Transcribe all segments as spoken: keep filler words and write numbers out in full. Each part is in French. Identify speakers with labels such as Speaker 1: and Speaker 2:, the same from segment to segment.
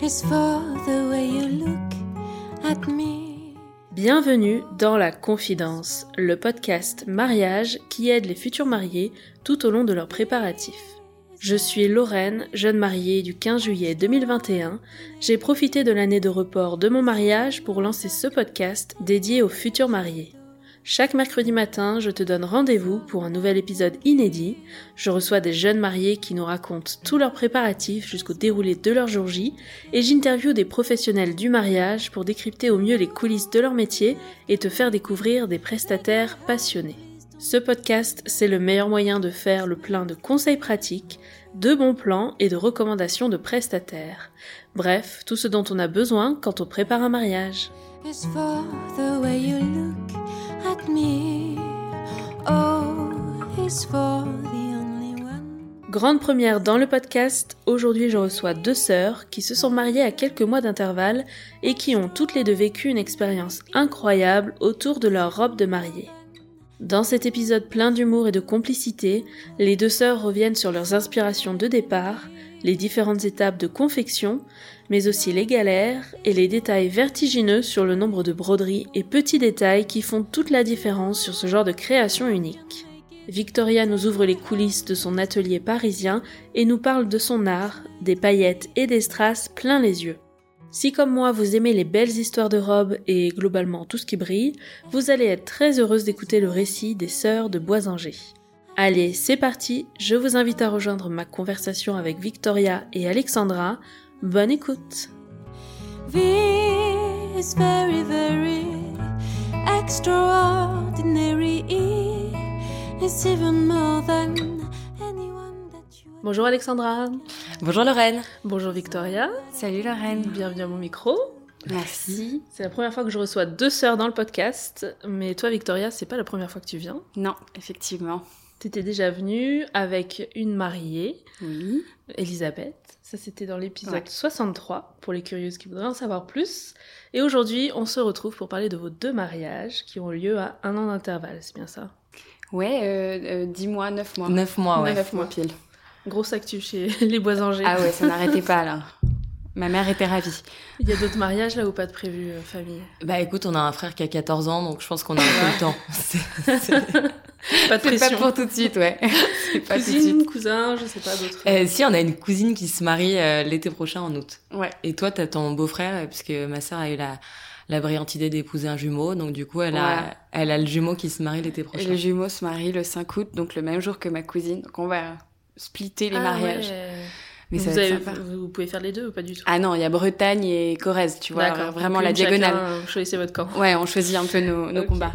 Speaker 1: is for the way you look at me.
Speaker 2: Bienvenue dans La Confidence, le podcast mariage qui aide les futurs mariés tout au long de leurs préparatifs. Je suis Lorraine, jeune mariée du quinze juillet deux mille vingt et un. J'ai profité de l'année de report de mon mariage pour lancer ce podcast dédié aux futurs mariés. Chaque mercredi matin, je te donne rendez-vous pour un nouvel épisode inédit. Je reçois des jeunes mariés qui nous racontent tous leurs préparatifs jusqu'au déroulé de leur jour J et j'interviewe des professionnels du mariage pour décrypter au mieux les coulisses de leur métier et te faire découvrir des prestataires passionnés. Ce podcast, c'est le meilleur moyen de faire le plein de conseils pratiques, de bons plans et de recommandations de prestataires. Bref, tout ce dont on a besoin quand on prépare un mariage.
Speaker 1: Is for the way you look at me. Oh, is for the only one.
Speaker 2: Grande première dans le podcast, aujourd'hui je reçois deux sœurs qui se sont mariées à quelques mois d'intervalle et qui ont toutes les deux vécu une expérience incroyable autour de leur robe de mariée. Dans cet épisode plein d'humour et de complicité, les deux sœurs reviennent sur leurs inspirations de départ, les différentes étapes de confection, mais aussi les galères et les détails vertigineux sur le nombre de broderies et petits détails qui font toute la différence sur ce genre de création unique. Victoria nous ouvre les coulisses de son atelier parisien et nous parle de son art, des paillettes et des strass plein les yeux. Si comme moi vous aimez les belles histoires de robes et globalement tout ce qui brille, vous allez être très heureuse d'écouter le récit des sœurs de Boisanger. Allez, c'est parti, je vous invite à rejoindre ma conversation avec Victoria et Alexandra. Bonne écoute.
Speaker 1: V is very, very extraordinary. E is even more than anyone that you...
Speaker 2: Bonjour Alexandra.
Speaker 3: Bonjour Lorraine.
Speaker 2: Bonjour Victoria.
Speaker 3: Salut Lorraine.
Speaker 2: Bienvenue à mon micro.
Speaker 3: Merci.
Speaker 2: C'est la première fois que je reçois deux sœurs dans le podcast, mais toi Victoria, c'est pas la première fois que tu viens.
Speaker 3: Non, effectivement.
Speaker 2: T'étais déjà venue avec une mariée,
Speaker 3: Oui.
Speaker 2: Elisabeth. Ça, c'était dans l'épisode
Speaker 3: Ouais.
Speaker 2: soixante-trois, pour les curieuses qui voudraient en savoir plus. Et aujourd'hui, on se retrouve pour parler de vos deux mariages qui ont lieu à un an d'intervalle, c'est bien ça?
Speaker 3: Ouais, euh, euh, dix mois, neuf mois.
Speaker 4: Neuf mois, ouais.
Speaker 3: Neuf mois pile.
Speaker 2: Grosse actu chez les Boisangers.
Speaker 3: Ah ouais, ça n'arrêtait pas là. Ma mère était ravie.
Speaker 2: Il y a d'autres mariages là ou pas de prévu, euh, famille?
Speaker 4: Bah écoute, on a un frère qui a quatorze ans, donc je pense qu'on a un peu le temps. C'est, c'est...
Speaker 2: Pas de
Speaker 3: C'est
Speaker 2: pression.
Speaker 3: pas pour tout de suite, ouais. C'est pas tout de
Speaker 2: Cousine,
Speaker 3: suite.
Speaker 2: cousin, je sais pas, d'autres.
Speaker 4: Euh, si, on a une cousine qui se marie euh, l'été prochain en août.
Speaker 3: Ouais.
Speaker 4: Et toi, t'as ton beau-frère, euh, puisque ma sœur a eu la, la brillante idée d'épouser un jumeau, donc du coup, elle a,
Speaker 3: Ouais.
Speaker 4: elle a le jumeau qui se marie l'été
Speaker 3: Et
Speaker 4: prochain.
Speaker 3: le jumeau se marie le cinq août, donc le même jour que ma cousine. Donc on va splitter les
Speaker 2: Ah,
Speaker 3: mariages.
Speaker 2: ouais.
Speaker 3: Mais ça
Speaker 2: vous,
Speaker 3: va être
Speaker 2: avez-
Speaker 3: sympa.
Speaker 2: vous, vous pouvez faire les deux ou pas du tout?
Speaker 3: Ah non, il y a Bretagne et Corrèze, tu vois,
Speaker 2: D'accord.
Speaker 3: vraiment
Speaker 2: Donc,
Speaker 3: la
Speaker 2: une
Speaker 3: diagonale.
Speaker 2: chacun, vous choisissez votre camp.
Speaker 3: Ouais, on choisit un peu nos, nos
Speaker 2: Ok.
Speaker 3: combats.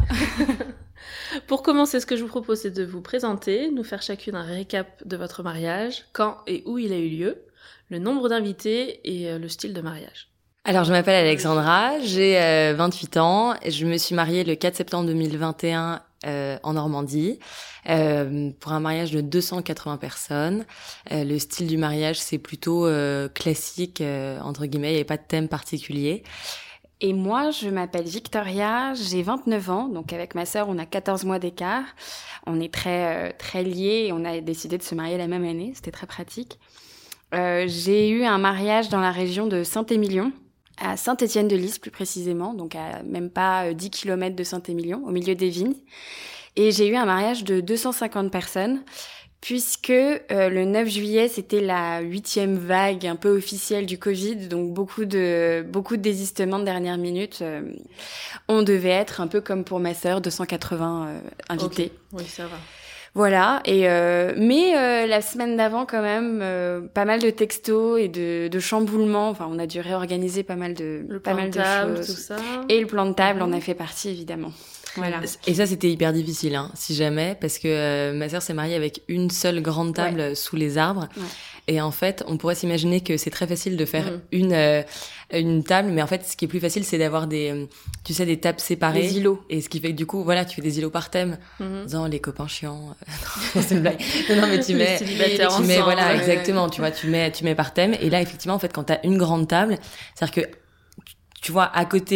Speaker 2: Pour commencer, ce que je vous propose, c'est de vous présenter, nous faire chacune un récap de votre mariage, quand et où il a eu lieu, le nombre d'invités et euh, le style de mariage.
Speaker 4: Alors, je m'appelle Alexandra, j'ai euh, vingt-huit ans, et je me suis mariée le quatre septembre deux mille vingt et un euh, en Normandie, euh, pour un mariage de deux cent quatre-vingts personnes. Euh, le style du mariage, c'est plutôt euh, classique, euh, entre guillemets, il n'y avait pas de thème particulier.
Speaker 3: Et moi, je m'appelle Victoria, j'ai vingt-neuf ans, donc avec ma sœur, on a quatorze mois d'écart. On est très euh, très liés et on a décidé de se marier la même année, c'était très pratique. Euh, j'ai eu un mariage dans la région de Saint-Émilion, à Saint-Étienne-de-Lys plus précisément, donc à même pas euh, dix kilomètres de Saint-Émilion, au milieu des vignes. Et j'ai eu un mariage de deux cent cinquante personnes, puisque euh, le neuf juillet, c'était la huitième vague un peu officielle du Covid, donc beaucoup de beaucoup de désistements de dernière minute. Euh, on devait être un peu comme pour ma sœur, deux cent quatre-vingts euh, invités.
Speaker 2: Ok. Oui, ça va.
Speaker 3: Voilà. Et euh, mais euh, la semaine d'avant, quand même, euh, pas mal de textos et de, de chamboulements. Enfin, on a dû réorganiser pas mal de
Speaker 2: Le
Speaker 3: pas
Speaker 2: plan
Speaker 3: mal
Speaker 2: de
Speaker 3: de
Speaker 2: table,
Speaker 3: choses.
Speaker 2: tout ça.
Speaker 3: Et le plan de table
Speaker 2: Mhm.
Speaker 3: en a fait partie, évidemment. Voilà.
Speaker 4: Et ça, c'était hyper difficile, hein, si jamais, parce que euh, ma sœur s'est mariée avec une seule grande table sous les arbres.
Speaker 3: Ouais.
Speaker 4: Et en fait, on pourrait s'imaginer que c'est très facile de faire
Speaker 2: Mhm.
Speaker 4: une euh, une table, mais en fait, ce qui est plus facile, c'est d'avoir des, euh, tu sais, des tables séparées.
Speaker 3: Des îlots.
Speaker 4: Et ce qui fait que du coup, voilà, tu fais des îlots par thème, en
Speaker 2: Mhm.
Speaker 4: disant les copains chiants. Non, c'est une blague. Non, non, mais tu
Speaker 2: Les
Speaker 4: mets,
Speaker 2: célibataires
Speaker 4: tu mets,
Speaker 2: ensemble,
Speaker 4: voilà,
Speaker 2: ouais.
Speaker 4: exactement. Tu vois, tu mets, tu mets par thème. Et là, effectivement, en fait, quand t'as une grande table, c'est-à-dire que tu vois, à côté,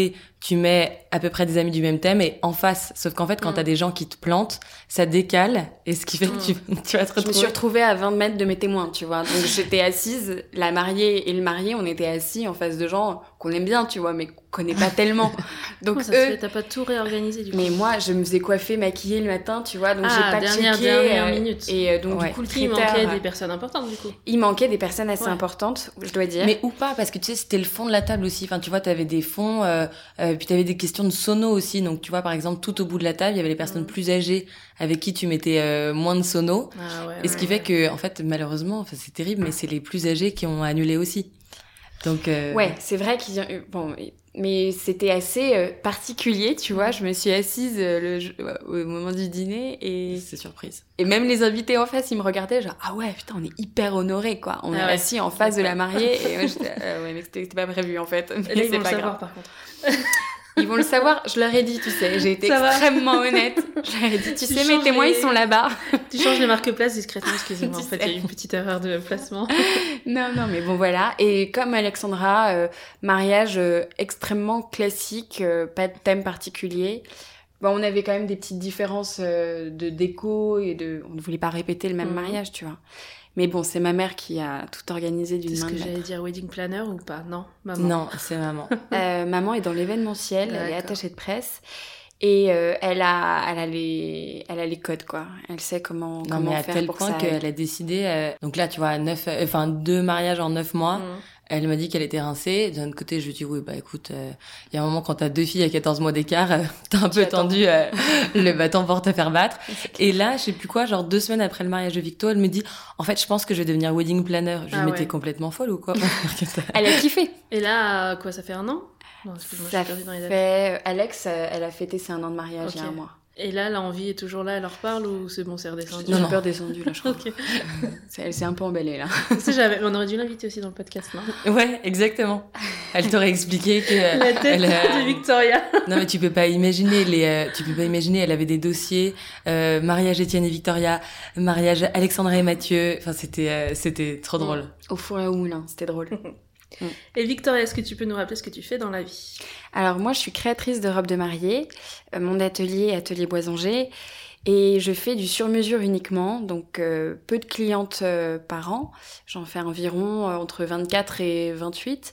Speaker 4: tu mets à peu près des amis du même thème et en face. Sauf qu'en fait, quand
Speaker 2: Mm.
Speaker 4: t'as des gens qui te plantent, ça décale et ce qui fait que tu, tu vas te
Speaker 3: Je me
Speaker 4: retrouver.
Speaker 3: suis retrouvée à vingt mètres de mes témoins, tu vois. Donc j'étais assise, la mariée et le marié, on était assis en face de gens qu'on aime bien, tu vois, mais qu'on connaît pas tellement. Donc
Speaker 2: Comment ça se
Speaker 3: eux,
Speaker 2: fait, t'as pas tout réorganisé du coup?
Speaker 3: mais moi, je me faisais coiffer, maquiller le matin, tu vois, donc
Speaker 2: Ah,
Speaker 3: j'ai pas
Speaker 2: dernière,
Speaker 3: checké.
Speaker 2: dernière
Speaker 3: euh,
Speaker 2: minute.
Speaker 3: Et euh, donc
Speaker 4: Ouais.
Speaker 3: du coup, le
Speaker 2: Il
Speaker 3: critère,
Speaker 2: manquait
Speaker 3: euh,
Speaker 2: des personnes importantes du coup.
Speaker 3: il manquait des personnes assez
Speaker 2: Ouais.
Speaker 3: importantes, je dois dire.
Speaker 4: Mais ou pas, parce que tu sais, c'était le fond de la table aussi. Enfin, tu vois, t'avais des fonds, euh, euh, puis t'avais des questions de sono aussi. Donc, tu vois, par exemple, tout au bout de la table, il y avait les personnes
Speaker 2: Mhm.
Speaker 4: plus âgées avec qui tu mettais euh, moins de sono.
Speaker 2: Ah ouais.
Speaker 4: Et ce qui fait que, en fait, malheureusement, enfin, c'est terrible, mais c'est les plus âgés qui ont annulé aussi. Donc, euh...
Speaker 3: Ouais, c'est vrai qu'ils ont eu... Bon, mais c'était assez euh, particulier, tu vois. Je me suis assise euh, le, je- au moment du dîner et...
Speaker 4: c'est surprise.
Speaker 3: Et même les invités en face, ils me regardaient genre, ah ouais, putain, on est hyper honorés, quoi. On
Speaker 2: Ah
Speaker 3: est
Speaker 2: ouais.
Speaker 3: assis en face de la mariée. Et moi, j'étais, ah ouais, mais c'était c'était pas prévu, en fait. Mais
Speaker 2: Et là, ils
Speaker 3: c'est
Speaker 2: vont le
Speaker 3: pas
Speaker 2: savoir
Speaker 3: grave.
Speaker 2: par contre.
Speaker 3: Ils vont le savoir, je leur ai dit, tu sais. J'ai été
Speaker 2: Ça va.
Speaker 3: extrêmement honnête. Je leur ai dit, tu
Speaker 2: Tu
Speaker 3: sais, mes
Speaker 2: changes
Speaker 3: témoins,
Speaker 2: les-
Speaker 3: ils sont là-bas.
Speaker 2: Tu changes les marque-places discrètement, excusez-moi. En
Speaker 3: Tu
Speaker 2: fait,
Speaker 3: sais.
Speaker 2: il y a eu une petite erreur de placement.
Speaker 3: Non, non, mais bon, voilà. Et comme Alexandra, euh, mariage euh, extrêmement classique, euh, pas de thème particulier. Bon, on avait quand même des petites différences euh, de déco et de... On ne voulait pas répéter le même
Speaker 2: Mhm.
Speaker 3: mariage, tu vois. Mais bon, c'est ma mère qui a tout organisé d'une
Speaker 2: C'est ce
Speaker 3: main
Speaker 2: que
Speaker 3: de
Speaker 2: j'allais
Speaker 3: maître.
Speaker 2: dire, wedding planner ou pas? Non, maman.
Speaker 4: Non, c'est maman.
Speaker 3: Euh, maman est dans l'événementiel, elle est
Speaker 2: D'accord.
Speaker 3: attachée de presse. Et euh, elle, a, elle, a les, elle a les codes, quoi. Elle sait comment,
Speaker 4: Non,
Speaker 3: comment
Speaker 4: mais à
Speaker 3: faire
Speaker 4: tel
Speaker 3: pour
Speaker 4: point
Speaker 3: que ça aille.
Speaker 4: qu'elle a décidé. euh, Donc là, tu vois, neuf, euh, enfin deux mariages en neuf mois.
Speaker 2: Mhm.
Speaker 4: Elle m'a dit qu'elle était rincée. D'un autre côté, je lui dis oui, bah écoute, il euh, y a un moment quand t'as deux filles à quatorze mois d'écart, euh, t'as un peu
Speaker 3: attends.
Speaker 4: tendu euh, le bâton pour te faire battre. Et là, je sais plus quoi, genre deux semaines après le mariage de Victo, elle me dit en fait, je pense que je vais devenir wedding planner. Je lui
Speaker 2: Ah
Speaker 4: dis mais t'es
Speaker 2: ouais.
Speaker 4: complètement folle ou quoi?
Speaker 3: Elle a kiffé.
Speaker 2: Et là, quoi, ça fait un an? Non, excuse-moi, je
Speaker 3: Ça
Speaker 2: suis perdue dans les dates.
Speaker 3: fait... Alex, euh, elle a fêté ses un an de mariage il y a
Speaker 2: Ok.
Speaker 3: un mois.
Speaker 2: Et là, l'envie est toujours là, elle leur parle ou c'est bon, c'est redescendu?
Speaker 3: J'ai
Speaker 4: non.
Speaker 3: peur descendu, là, je crois.
Speaker 2: Ok.
Speaker 3: C'est- Elle s'est un peu emballée, là.
Speaker 2: Tu sais, j'avais... on aurait dû l'inviter aussi dans le podcast, non?
Speaker 4: Ouais, exactement. Elle t'aurait expliqué que
Speaker 2: La tête
Speaker 4: elle, euh,
Speaker 2: de Victoria.
Speaker 4: non mais tu peux pas imaginer les euh, tu peux pas imaginer, elle avait des dossiers euh, mariage Étienne et Victoria, mariage Alexandra et Mathieu, enfin c'était euh, c'était trop drôle.
Speaker 3: Au four et au moulin, c'était drôle.
Speaker 2: Et Victoria, est-ce que tu peux nous rappeler ce que tu fais dans la vie?
Speaker 3: Alors moi, je suis créatrice de robes de mariée. Euh, mon atelier, Atelier Boisanger. Et je fais du sur-mesure uniquement, donc euh, peu de clientes euh, par an. J'en fais environ euh, entre vingt-quatre et vingt-huit.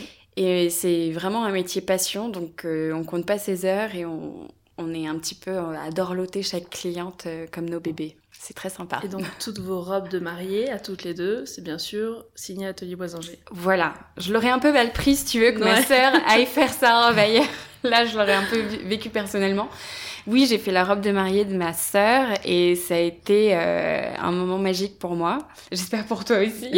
Speaker 3: Et c'est vraiment un métier passion, donc euh, on compte pas ses heures et on, on est un petit peu à dorloter chaque cliente euh, comme nos bébés. C'est très sympa.
Speaker 2: Et donc, toutes vos robes de mariée, à toutes les deux, c'est bien sûr signé Atelier Boisanger.
Speaker 3: Voilà, je l'aurais un peu mal pris si tu veux que ma
Speaker 2: Ouais.
Speaker 3: sœur aille faire sa robe ailleurs. Là, je l'aurais un peu vi- vécu personnellement. Oui, j'ai fait la robe de mariée de ma sœur et ça a été euh, un moment magique pour moi. J'espère pour toi aussi.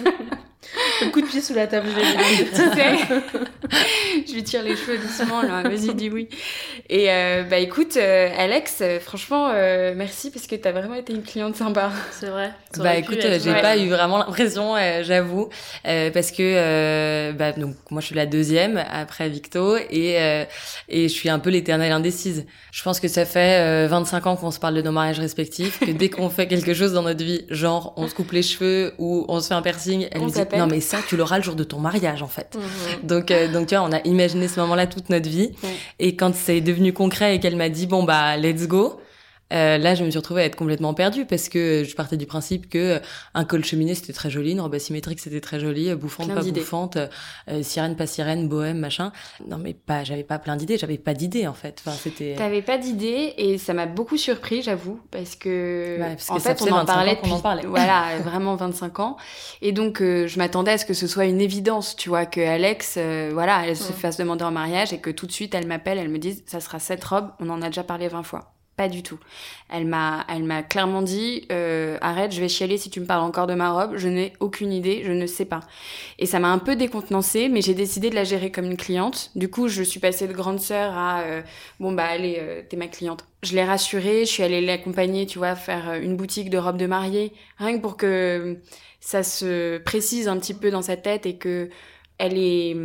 Speaker 2: Un coup de pied sous la table, je l'ai dit.
Speaker 3: Tu sais, je lui tire les cheveux doucement, là, vas-y, dis oui. Et euh, bah écoute, euh, Alex, euh, franchement, euh, merci parce que t'as vraiment été une cliente sympa.
Speaker 2: C'est vrai. Ça
Speaker 4: Bah
Speaker 2: aurait pu
Speaker 4: écoute,
Speaker 2: être-
Speaker 4: euh, j'ai
Speaker 3: ouais.
Speaker 4: pas eu vraiment l'impression, euh, j'avoue, euh, parce que euh, bah donc moi je suis la deuxième après Victo et euh, et je suis un peu l'éternelle indécise. Je pense que ça fait euh, vingt-cinq ans qu'on se parle de nos mariages respectifs, que dès qu'on fait quelque chose dans notre vie, genre on se coupe les cheveux ou on se fait un piercing, elle
Speaker 3: On
Speaker 4: me dit
Speaker 3: s'appelle.
Speaker 4: non mais ça tu l'auras le jour de ton mariage en fait.
Speaker 2: Mhm.
Speaker 4: Donc, euh, donc tu vois, on a imaginé ce moment-là toute notre vie.
Speaker 3: Ouais.
Speaker 4: Et quand c'est devenu concret et qu'elle m'a dit bon bah let's go, euh, là je me suis retrouvée à être complètement perdue parce que je partais du principe que euh, un col cheminé c'était très joli, une robe asymétrique c'était très joli, euh, bouffante
Speaker 3: Plein
Speaker 4: pas
Speaker 3: d'idées.
Speaker 4: bouffante, euh, euh, sirène pas sirène, bohème machin. Non mais pas, j'avais pas plein d'idées, j'avais pas d'idées en fait. Enfin c'était.
Speaker 3: T'avais pas d'idée et ça m'a beaucoup surpris, j'avoue, parce que,
Speaker 4: Ouais, parce que
Speaker 3: en
Speaker 4: ça
Speaker 3: fait,
Speaker 4: faisait
Speaker 3: on en
Speaker 4: vingt-cinq
Speaker 3: parlait
Speaker 4: ans qu'on
Speaker 3: depuis,
Speaker 4: en parlait.
Speaker 3: voilà, vraiment vingt-cinq ans. Et donc, euh, je m'attendais à ce que ce soit une évidence, tu vois, que Alex, euh, voilà, elle se
Speaker 2: Ouais.
Speaker 3: fasse demander en mariage et que tout de suite, elle m'appelle, elle me dise, ça sera cette robe, on en a déjà parlé vingt fois. Pas du tout. Elle m'a, elle m'a clairement dit, euh, arrête, je vais chialer si tu me parles encore de ma robe, je n'ai aucune idée, je ne sais pas. Et ça m'a un peu décontenancée, mais j'ai décidé de la gérer comme une cliente. Du coup, je suis passée de grande sœur à, euh, bon bah allez, euh, t'es ma cliente. Je l'ai rassurée, je suis allée l'accompagner, tu vois, faire euh, une boutique de robes de mariée, rien que pour que ça se précise un petit peu dans sa tête et que elle ait euh,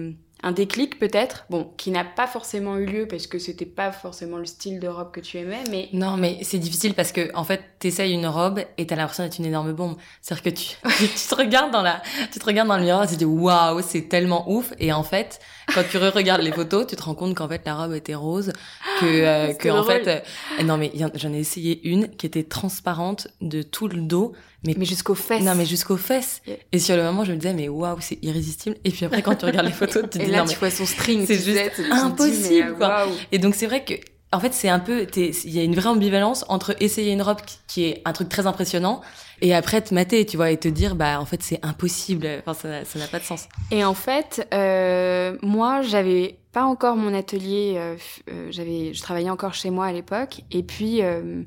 Speaker 3: un déclic peut-être, bon, qui n'a pas forcément eu lieu parce que c'était pas forcément le style de robe que tu aimais, mais...
Speaker 4: Non, mais c'est difficile parce que, en fait, t'essayes une robe et t'as l'impression d'être une énorme bombe. C'est-à-dire que tu, tu te regardes dans la, tu te regardes dans le miroir et tu te dis, waouh, c'est tellement ouf. Et en fait, quand tu re-regardes les photos, tu te rends compte qu'en fait, la robe était rose, que, euh, que, en fait, euh, non, mais j'en ai essayé une qui était transparente de tout le dos.
Speaker 3: Mais, mais jusqu'aux fesses.
Speaker 4: Non, mais jusqu'aux fesses. Yeah. Et sur le moment, je me disais, mais waouh, c'est irrésistible. Et puis après, quand tu regardes les photos, tu te dis,
Speaker 3: et là,
Speaker 4: non,
Speaker 3: tu
Speaker 4: mais
Speaker 3: vois son string,
Speaker 4: c'est
Speaker 3: tu
Speaker 4: juste
Speaker 3: sais, tu
Speaker 4: impossible,
Speaker 3: dis, mais,
Speaker 4: quoi.
Speaker 3: Wow.
Speaker 4: Et donc, c'est vrai que, en fait, c'est un peu, il y a une vraie ambivalence entre essayer une robe qui, qui est un truc très impressionnant et après te mater, tu vois, et te dire, bah, en fait, c'est impossible. Enfin, ça, ça n'a pas de sens.
Speaker 3: Et en fait, euh, moi, j'avais pas encore mon atelier, euh, euh, j'avais, je travaillais encore chez moi à l'époque, et puis, euh,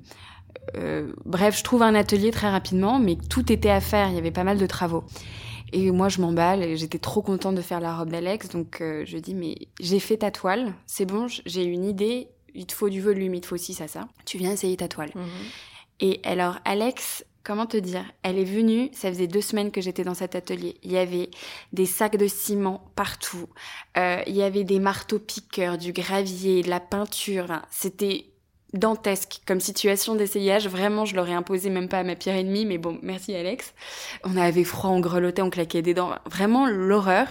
Speaker 3: Euh, bref, je trouve un atelier très rapidement, mais tout était à faire, il y avait pas mal de travaux. Et moi, je m'emballe et j'étais trop contente de faire la robe d'Alex, donc euh, je dis, mais j'ai fait ta toile, c'est bon, j'ai une idée, il te faut du volume, il te faut ci, ça, ça. Tu viens essayer ta toile. Mmh. Et alors, Alex, comment te dire, elle est venue, ça faisait deux semaines que j'étais dans cet atelier, il y avait des sacs de ciment partout, euh, il y avait des marteaux-piqueurs, du gravier, de la peinture, enfin, c'était... dantesque comme situation d'essayage, vraiment je l'aurais imposé même pas à ma pire ennemie, mais bon, merci Alex. On avait froid, on grelottait, on claquait des dents, vraiment l'horreur.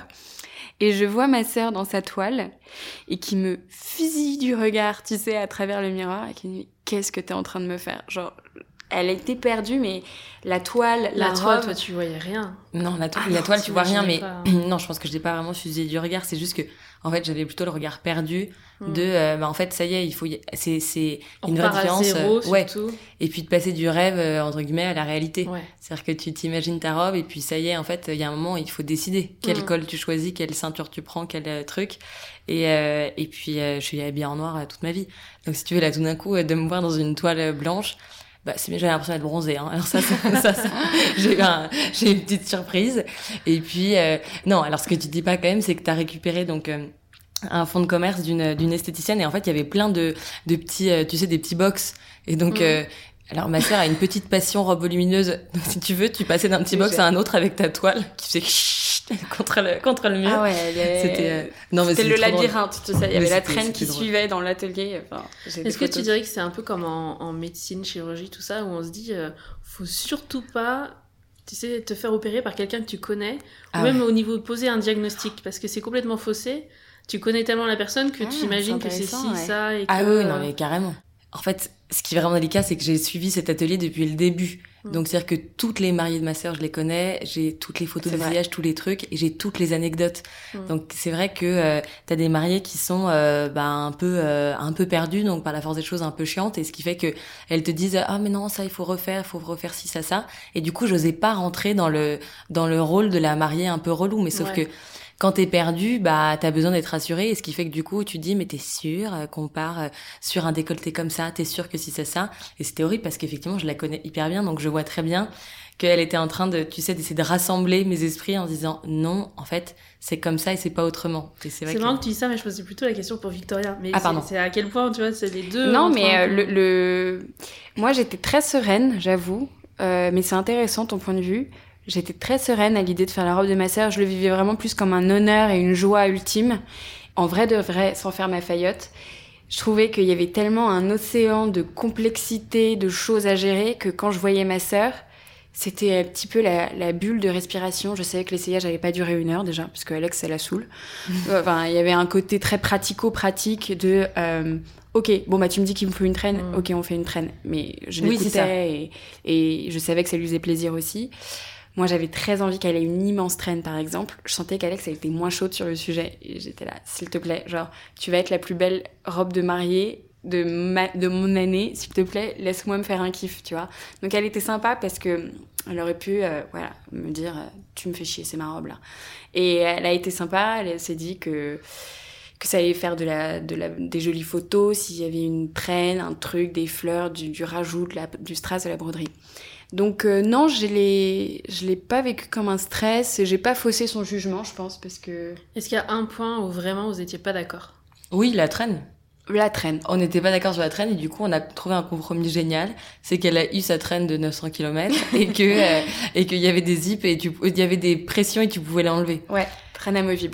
Speaker 3: Et je vois ma sœur dans sa toile et qui me fusille du regard, tu sais, à travers le miroir et qui me dit « Qu'est-ce que t'es en train de me faire ?» Genre, elle était perdue, mais la toile, la,
Speaker 2: la toile,
Speaker 3: robe...
Speaker 2: toi, tu voyais rien.
Speaker 4: Non, la, to-
Speaker 2: ah,
Speaker 4: la
Speaker 2: non,
Speaker 4: toile, tu vois rien, mais
Speaker 2: pas...
Speaker 4: non, je pense que je n'ai pas vraiment fusillé du regard. C'est juste que, en fait, j'avais plutôt le regard perdu
Speaker 2: mm.
Speaker 4: de, euh, bah, en fait, ça y est, il faut, y... c'est, c'est
Speaker 2: On
Speaker 4: une vraie différence.
Speaker 2: Zéro,
Speaker 4: euh, ouais.
Speaker 2: Surtout.
Speaker 4: Et puis de passer du rêve euh, entre guillemets à la réalité.
Speaker 2: Ouais.
Speaker 4: C'est-à-dire que tu t'imagines ta robe et puis ça y est, en fait, il y a un moment, il faut décider quel mm. col tu choisis, quelle ceinture tu prends, quel euh, truc. Et euh, et puis euh, je suis habillée en noir euh, toute ma vie. Donc si tu veux là, tout d'un coup, euh, de me voir dans une toile blanche. Bah, c'est bien, j'avais l'impression d'être bronzée, hein. Alors ça, ça, ça, ça j'ai eu un, j'ai eu une petite surprise. Et puis, euh, non, alors ce que tu dis pas quand même, c'est que t'as récupéré, donc, euh, un fonds de commerce d'une, d'une esthéticienne. Et en fait, il y avait plein de, de petits, euh, tu sais, des petits box. Et donc, mmh. euh, alors ma sœur a une petite passion robe volumineuse. Donc, si tu veux, tu passais d'un petit box j'ai... à un autre avec ta toile qui faisait contre le, contre le mur.
Speaker 3: Ah ouais, elle est...
Speaker 4: c'était, euh... non, mais
Speaker 3: c'était le labyrinthe,
Speaker 4: drôle.
Speaker 3: tu sais. Il y avait
Speaker 4: mais
Speaker 3: la traîne qui
Speaker 4: drôle.
Speaker 3: suivait dans l'atelier. Enfin,
Speaker 2: est-ce que tu dirais que c'est un peu comme en, en médecine, chirurgie, tout ça, où on se dit, euh, faut surtout pas, tu sais, te faire opérer par quelqu'un que tu connais,
Speaker 4: ah
Speaker 2: ou même
Speaker 4: ouais.
Speaker 2: au niveau de poser un diagnostic, parce que c'est complètement faussé. Tu connais tellement la personne que ah, tu imagines que c'est ci,
Speaker 3: ouais.
Speaker 2: ça, et que...
Speaker 4: Ah oui, non, mais carrément. En fait, ce qui est vraiment délicat, c'est que j'ai suivi cet atelier depuis le début. Mmh. Donc, c'est-à-dire que toutes les mariées de ma sœur, je les connais, j'ai toutes les photos de mariage, tous les trucs, et j'ai toutes les anecdotes. Mmh. Donc, c'est vrai que euh, t'as des mariées qui sont euh, bah, un peu euh, un peu perdues, donc par la force des choses un peu chiantes, et ce qui fait que elles te disent ah mais non ça il faut refaire, il faut refaire ci ça ça, et du coup j'osais pas rentrer dans le dans le rôle de la mariée un peu relou, mais sauf ouais. que quand t'es perdu, bah t'as besoin d'être rassuré, et ce qui fait que du coup tu dis mais t'es sûr qu'on part sur un décolleté comme ça, t'es sûr que si c'est ça, et c'était horrible parce qu'effectivement je la connais hyper bien, donc je vois très bien qu'elle était en train de, tu sais, d'essayer de rassembler mes esprits en disant non, en fait c'est comme ça et c'est pas autrement. Et c'est vrai
Speaker 2: c'est
Speaker 4: que...
Speaker 2: marrant que tu dis ça, mais je posais plutôt la question pour Victoria. Mais
Speaker 4: ah
Speaker 2: c'est,
Speaker 4: pardon.
Speaker 2: C'est à quel point tu vois c'est les deux.
Speaker 3: Non mais euh, le, le, moi j'étais très sereine, j'avoue, euh, mais c'est intéressant ton point de vue. J'étais très sereine à l'idée de faire la robe de ma sœur. Je le vivais vraiment plus comme un honneur et une joie ultime. En vrai de vrai, sans faire ma faillotte. Je trouvais qu'il y avait tellement un océan de complexité, de choses à gérer, que quand je voyais ma sœur, c'était un petit peu la, la bulle de respiration. Je savais que l'essayage n'allait pas durer une heure déjà, parce que Alex, ça la saoule. Enfin, il y avait un côté très pratico-pratique de... Euh, ok, bon bah tu me dis qu'il me faut une traîne, mmh. ok on fait une traîne. Mais je
Speaker 4: oui,
Speaker 3: l'écoutais et, et je savais que ça lui faisait plaisir aussi. Moi, j'avais très envie qu'elle ait une immense traîne, par exemple. Je sentais qu'Alex, elle était moins chaude sur le sujet. Et j'étais là, s'il te plaît, genre, tu vas être la plus belle robe de mariée de, ma, de mon année. S'il te plaît, laisse-moi me faire un kiff, tu vois. Donc, elle était sympa parce que elle aurait pu, euh, voilà, me dire, tu me fais chier, c'est ma robe, là. Et elle a été sympa. Elle s'est dit que... que ça allait faire de la, de la, des jolies photos, s'il y avait une traîne, un truc, des fleurs, du, du rajout, de la, du strass, de la broderie. Donc euh, non, je l'ai, je l'ai pas vécu comme un stress, et j'ai pas faussé son jugement, je pense, parce que...
Speaker 2: Est-ce qu'il y a un point où vraiment vous étiez pas d'accord ?
Speaker 4: Oui, la traîne.
Speaker 3: La traîne.
Speaker 4: On n'était pas d'accord sur la traîne, et du coup, on a trouvé un compromis génial. C'est qu'elle a eu sa traîne de neuf cents kilomètres, et que, euh, et qu'il y avait des zips, et tu, il y avait des pressions, et tu pouvais l'enlever.
Speaker 3: Ouais, traîne amovible.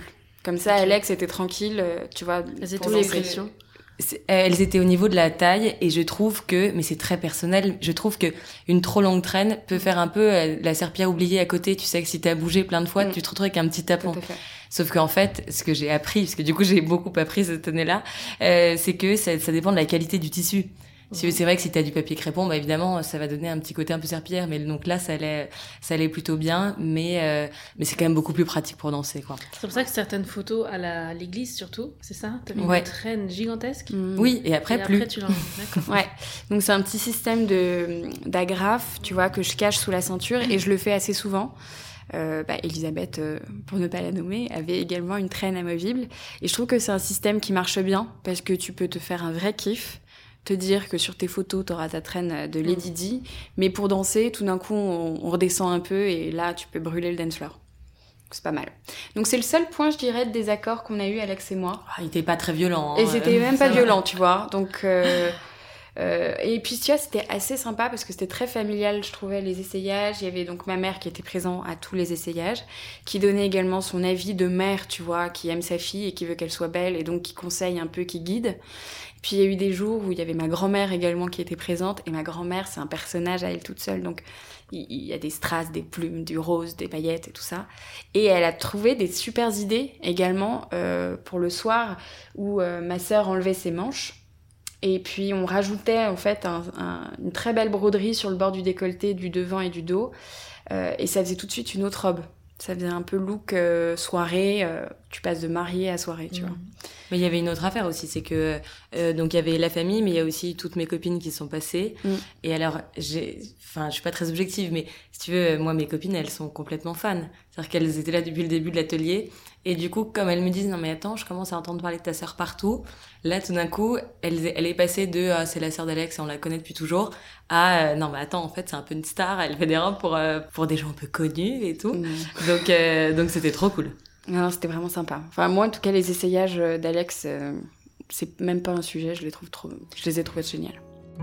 Speaker 3: Comme ça,
Speaker 2: Okay.
Speaker 3: Alex était tranquille, euh, tu vois.
Speaker 2: Elles étaient
Speaker 3: pour
Speaker 2: où les
Speaker 3: danser.
Speaker 2: pressions?
Speaker 4: C'est- Elles étaient au niveau de la taille et je trouve que, mais c'est très personnel, je trouve que une trop longue traîne peut faire un peu euh, la serpillière oubliée à côté. Tu sais que si t'as bougé plein de fois,
Speaker 3: Mm.
Speaker 4: tu te retrouves avec un petit tapon.
Speaker 3: Tout à fait.
Speaker 4: Sauf qu'en fait, ce que j'ai appris, parce que du coup j'ai beaucoup appris cette année-là, euh, c'est que ça, ça dépend de la qualité du tissu. Si, c'est vrai que si t'as du papier crépon, bah évidemment ça va donner un petit côté un peu serpillière, mais donc là ça allait, ça allait plutôt bien, mais euh, mais c'est quand même beaucoup plus pratique pour danser, quoi.
Speaker 2: C'est pour ça que certaines photos à la- à l'église surtout, c'est ça? T'avais
Speaker 4: Ouais.
Speaker 2: une traîne gigantesque.
Speaker 3: Mm.
Speaker 4: Oui, et après
Speaker 2: Et
Speaker 4: plus.
Speaker 2: après tu l'as. D'accord.
Speaker 3: Ouais, donc c'est un petit système de d'agrafe, tu vois, que je cache sous la ceinture et je le fais assez souvent. Euh, bah, Elisabeth, euh, pour ne pas la nommer, avait également une traîne amovible et je trouve que c'est un système qui marche bien parce que tu peux te faire un vrai kiff, te dire que sur tes photos t'auras ta traîne de Lady Di, mais pour danser, tout d'un coup on, on redescend un peu et là tu peux brûler le dance floor. C'est pas mal. Donc c'est le seul point, je dirais, de désaccord qu'on a eu Alex et moi.
Speaker 4: Ah, il était pas très violent.
Speaker 3: Et
Speaker 4: hein,
Speaker 3: c'était
Speaker 4: euh,
Speaker 3: même
Speaker 4: ça
Speaker 3: pas
Speaker 4: va.
Speaker 3: violent, tu vois. Donc, euh, euh, et puis, tu vois, c'était assez sympa parce que c'était très familial, je trouvais, les essayages. Il y avait donc ma mère qui était présente à tous les essayages, qui donnait également son avis de mère, tu vois, qui aime sa fille et qui veut qu'elle soit belle et donc qui conseille un peu, qui guide. Puis il y a eu des jours où il y avait ma grand-mère également qui était présente. Et ma grand-mère, c'est un personnage à elle toute seule. Donc il il y a des strass, des plumes, du rose, des paillettes et tout ça. Et elle a trouvé des super idées également euh, pour le soir où euh, ma sœur enlevait ses manches. Et puis on rajoutait en fait un, un, une très belle broderie sur le bord du décolleté, du devant et du dos. Euh, et ça faisait tout de suite une autre robe. Ça faisait un peu look euh, soirée. Euh, tu passes de mariée à soirée, tu
Speaker 2: Mmh.
Speaker 3: vois.
Speaker 4: Mais il y avait une autre affaire aussi, c'est que euh, donc il y avait la famille, mais il y a aussi toutes mes copines qui sont passées.
Speaker 3: Mm.
Speaker 4: Et alors, j'ai, enfin, je suis pas très objective, mais si tu veux, moi mes copines, elles sont complètement fans. C'est-à-dire qu'elles étaient là depuis le début de l'atelier. Et du coup, comme elles me disent, non mais attends, je commence à entendre parler de ta sœur partout. Là, tout d'un coup, elle, elle est passée de ah, c'est la sœur d'Alex, on la connaît depuis toujours, à euh, non mais attends, en fait c'est un peu une star. Elle fait des robes pour euh, pour des gens un peu connus et tout.
Speaker 3: Mm.
Speaker 4: Donc euh, donc c'était trop cool.
Speaker 3: Non, c'était vraiment sympa. Enfin, moi, en tout cas, les essayages d'Alex, euh, c'est même pas un sujet. Je les trouve trop, je les ai trouvés géniales.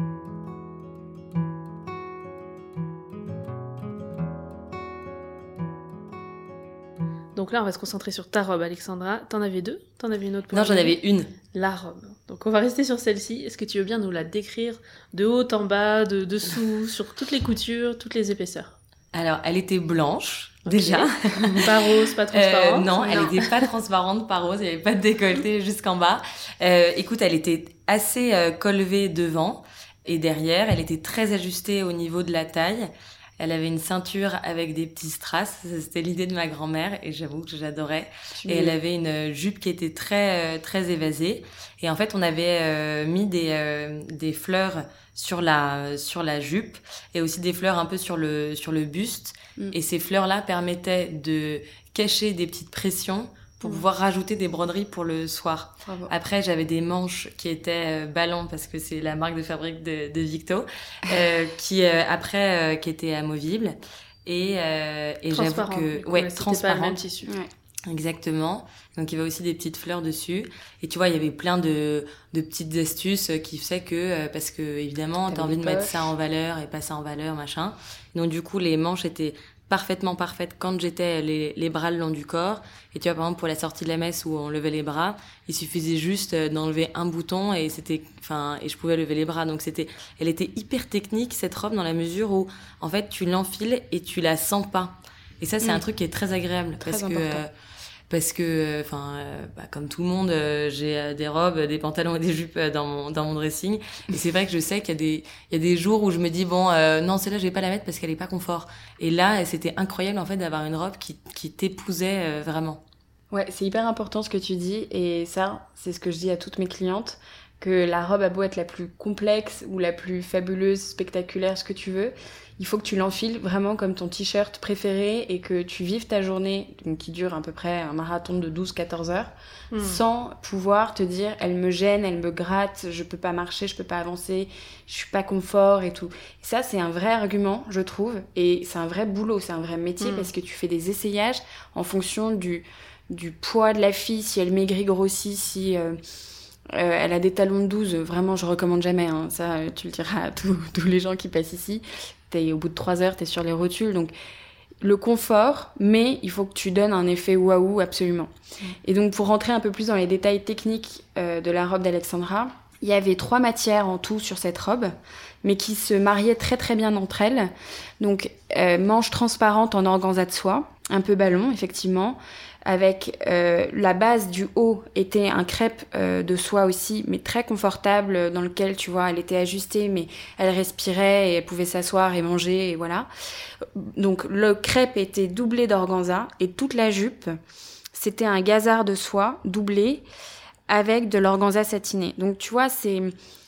Speaker 2: Donc là, on va se concentrer sur ta robe, Alexandra. T'en avais deux? T'en avais une autre pour
Speaker 4: Non, j'en
Speaker 2: arriver
Speaker 4: avais une.
Speaker 2: La robe. Donc on va rester sur celle-ci. Est-ce que tu veux bien nous la décrire de haut en bas, de dessous, sur toutes les coutures, toutes les épaisseurs?
Speaker 4: Alors, elle était blanche
Speaker 2: Ok.
Speaker 4: déjà.
Speaker 2: Pas rose, pas
Speaker 4: Euh,
Speaker 2: transparente?
Speaker 4: non, elle n'était pas transparente, pas rose, il n'y avait pas de décolleté jusqu'en bas. Euh, écoute, elle était assez euh, colvée devant et derrière, elle était très ajustée au niveau de la taille. Elle avait une ceinture avec des petits strass, c'était l'idée de ma grand-mère et j'avoue que j'adorais. Et elle avait une jupe qui était très euh, très évasée. Et en fait, on avait euh, mis des euh, des fleurs sur la sur la jupe et aussi des fleurs un peu sur le sur le buste.
Speaker 3: Mm.
Speaker 4: Et ces fleurs-là permettaient de cacher des petites pressions pour
Speaker 3: Mm.
Speaker 4: pouvoir rajouter des broderies pour le soir.
Speaker 3: Bravo.
Speaker 4: Après, j'avais des manches qui étaient euh, ballons parce que c'est la marque de fabrique de, de Victo, euh, qui euh, après euh, qui étaient amovibles et euh, et j'avoue
Speaker 2: Transparente.
Speaker 4: que
Speaker 2: Ouais,
Speaker 4: ouais,
Speaker 2: c'était pas le même
Speaker 4: transparente.
Speaker 2: tissu.
Speaker 3: Ouais.
Speaker 4: Exactement. Donc il y avait aussi des petites fleurs dessus. Et tu vois, il y avait plein de, de petites astuces qui faisaient que, euh, parce que évidemment,
Speaker 3: T'avais
Speaker 4: t'as envie
Speaker 3: des
Speaker 4: de mettre
Speaker 3: poches.
Speaker 4: ça en valeur et pas ça en valeur, machin. Donc du coup, les manches étaient parfaitement parfaites quand j'étais les, les bras le long du corps. Et tu vois, par exemple, pour la sortie de la messe où on levait les bras, il suffisait juste d'enlever un bouton et c'était, enfin, et je pouvais lever les bras. Donc c'était, elle était hyper technique, cette robe, dans la mesure où, en fait, tu l'enfiles et tu la sens pas. Et ça, c'est
Speaker 3: Mm.
Speaker 4: un truc qui est très agréable.
Speaker 3: Très
Speaker 4: parce
Speaker 3: important.
Speaker 4: que, euh, parce que, enfin, euh, bah, comme tout le monde, euh, j'ai euh, des robes, des pantalons et des jupes euh, dans mon dans mon dressing. Et c'est vrai que je sais qu'il y a des il y a des jours où je me dis bon, euh, non, celle-là je vais pas la mettre parce qu'elle est pas confort. Et là, c'était incroyable en fait d'avoir une robe qui qui t'épousait euh, vraiment.
Speaker 3: Ouais, c'est hyper important ce que tu dis, et ça, c'est ce que je dis à toutes mes clientes, que la robe a beau être la plus complexe ou la plus fabuleuse, spectaculaire, ce que tu veux, il faut que tu l'enfiles vraiment comme ton t-shirt préféré et que tu vives ta journée, donc qui dure à peu près un marathon de douze à quatorze heures,
Speaker 2: Hmm.
Speaker 3: sans pouvoir te dire elle me gêne, elle me gratte, je peux pas marcher, je peux pas avancer, je suis pas confort et tout. Et ça, c'est un vrai argument, je trouve, et c'est un vrai boulot, c'est un vrai métier
Speaker 2: Mm.
Speaker 3: parce que tu fais des essayages en fonction du, du poids de la fille, si elle maigrit, grossit, si euh, euh, elle a des talons de douze, vraiment je recommande jamais, hein. Ça euh, tu le diras à tous, tous les gens qui passent ici. T'es, au bout de trois heures, t'es sur les rotules, donc le confort, mais il faut que tu donnes un effet waouh absolument. Mmh. Et donc, pour rentrer un peu plus dans les détails techniques euh, de la robe d'Alexandra, il y avait trois matières en tout sur cette robe, mais qui se mariaient très très bien entre elles. Donc, euh, manches transparentes en organza de soie, un peu ballon, effectivement, avec euh, la base du haut était un crêpe euh, de soie aussi, mais très confortable, dans lequel, tu vois, elle était ajustée, mais elle respirait et elle pouvait s'asseoir et manger, et voilà. Donc, le crêpe était doublé d'organza, et toute la jupe, c'était un gazard de soie doublé avec de l'organza satiné. Donc, tu vois, c'est...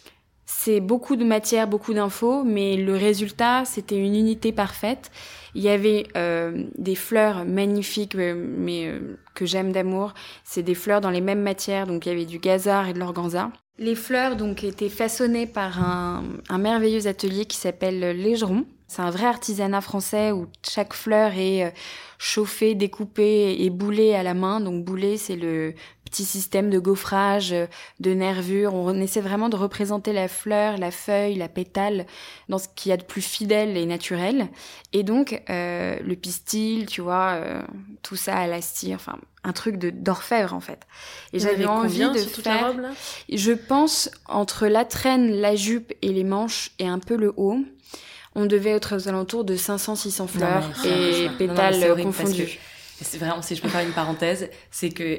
Speaker 3: C'est beaucoup de matière, beaucoup d'infos, mais le résultat, c'était une unité parfaite. Il y avait euh, des fleurs magnifiques, euh, mais euh, que j'aime d'amour. C'est des fleurs dans les mêmes matières, donc il y avait du gazard et de l'organza. Les fleurs donc étaient façonnées par un, un merveilleux atelier qui s'appelle Légeron. C'est un vrai artisanat français où chaque fleur est euh, chauffée, découpée et boulée à la main. Donc boulée, c'est le petit système de gaufrage, de nervures. On essaie vraiment de représenter la fleur, la feuille, la pétale dans ce qu'il y a de plus fidèle et naturel. Et donc, euh, le pistil, tu vois, euh, tout ça à la cire, enfin, un truc de, d'orfèvre, en fait. Et
Speaker 2: Vous
Speaker 3: j'avais envie de
Speaker 2: sur toute
Speaker 3: faire...
Speaker 2: la robe, là
Speaker 3: Je pense, entre la traîne, la jupe et les manches, et un peu le haut, on devait être aux alentours de cinq cents à six cents fleurs
Speaker 4: non,
Speaker 3: et pétales
Speaker 4: non, non,
Speaker 3: confondus.
Speaker 4: C'est vraiment, si je peux faire une parenthèse, c'est que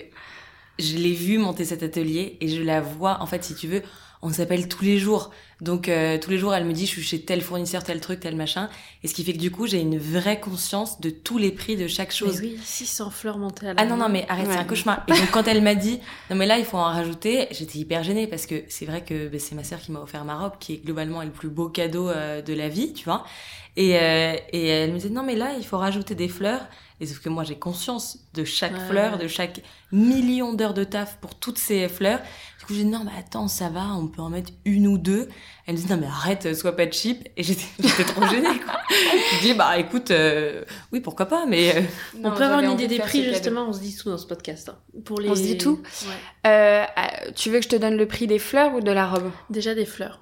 Speaker 4: je l'ai vu monter cet atelier et je la vois, en fait, si tu veux, on s'appelle tous les jours. Donc, euh, tous les jours, elle me dit, je suis chez tel fournisseur, tel truc, tel machin. Et ce qui fait que du coup, j'ai une vraie conscience de tous les prix de chaque chose.
Speaker 2: Mais oui, six cents fleurs montées à la
Speaker 4: Ah non, non, mais arrête, ouais. C'est un cauchemar. Et donc, quand elle m'a dit, non, mais là, il faut en rajouter, j'étais hyper gênée parce que c'est vrai que bah, c'est ma sœur qui m'a offert ma robe, qui est globalement le plus beau cadeau euh, de la vie, tu vois. Et, euh, et elle me disait, non, mais là, il faut rajouter des fleurs. Et sauf que moi, j'ai conscience de chaque ouais. fleur, de chaque million d'heures de taf pour toutes ces fleurs. Du coup, j'ai dit, non, mais attends, ça va, on peut en mettre une ou deux. Elle me dit, non, mais arrête, sois pas cheap. Et j'étais, j'étais trop gênée, quoi. Je dis, bah, écoute, euh, oui, pourquoi pas, mais... Euh...
Speaker 2: Non, on peut avoir une idée des prix, justement, on se dit tout dans ce podcast. Hein.
Speaker 3: Pour les... On se dit tout ouais. euh, Tu veux que je te donne le prix des fleurs ou de la robe ?
Speaker 2: Déjà des fleurs.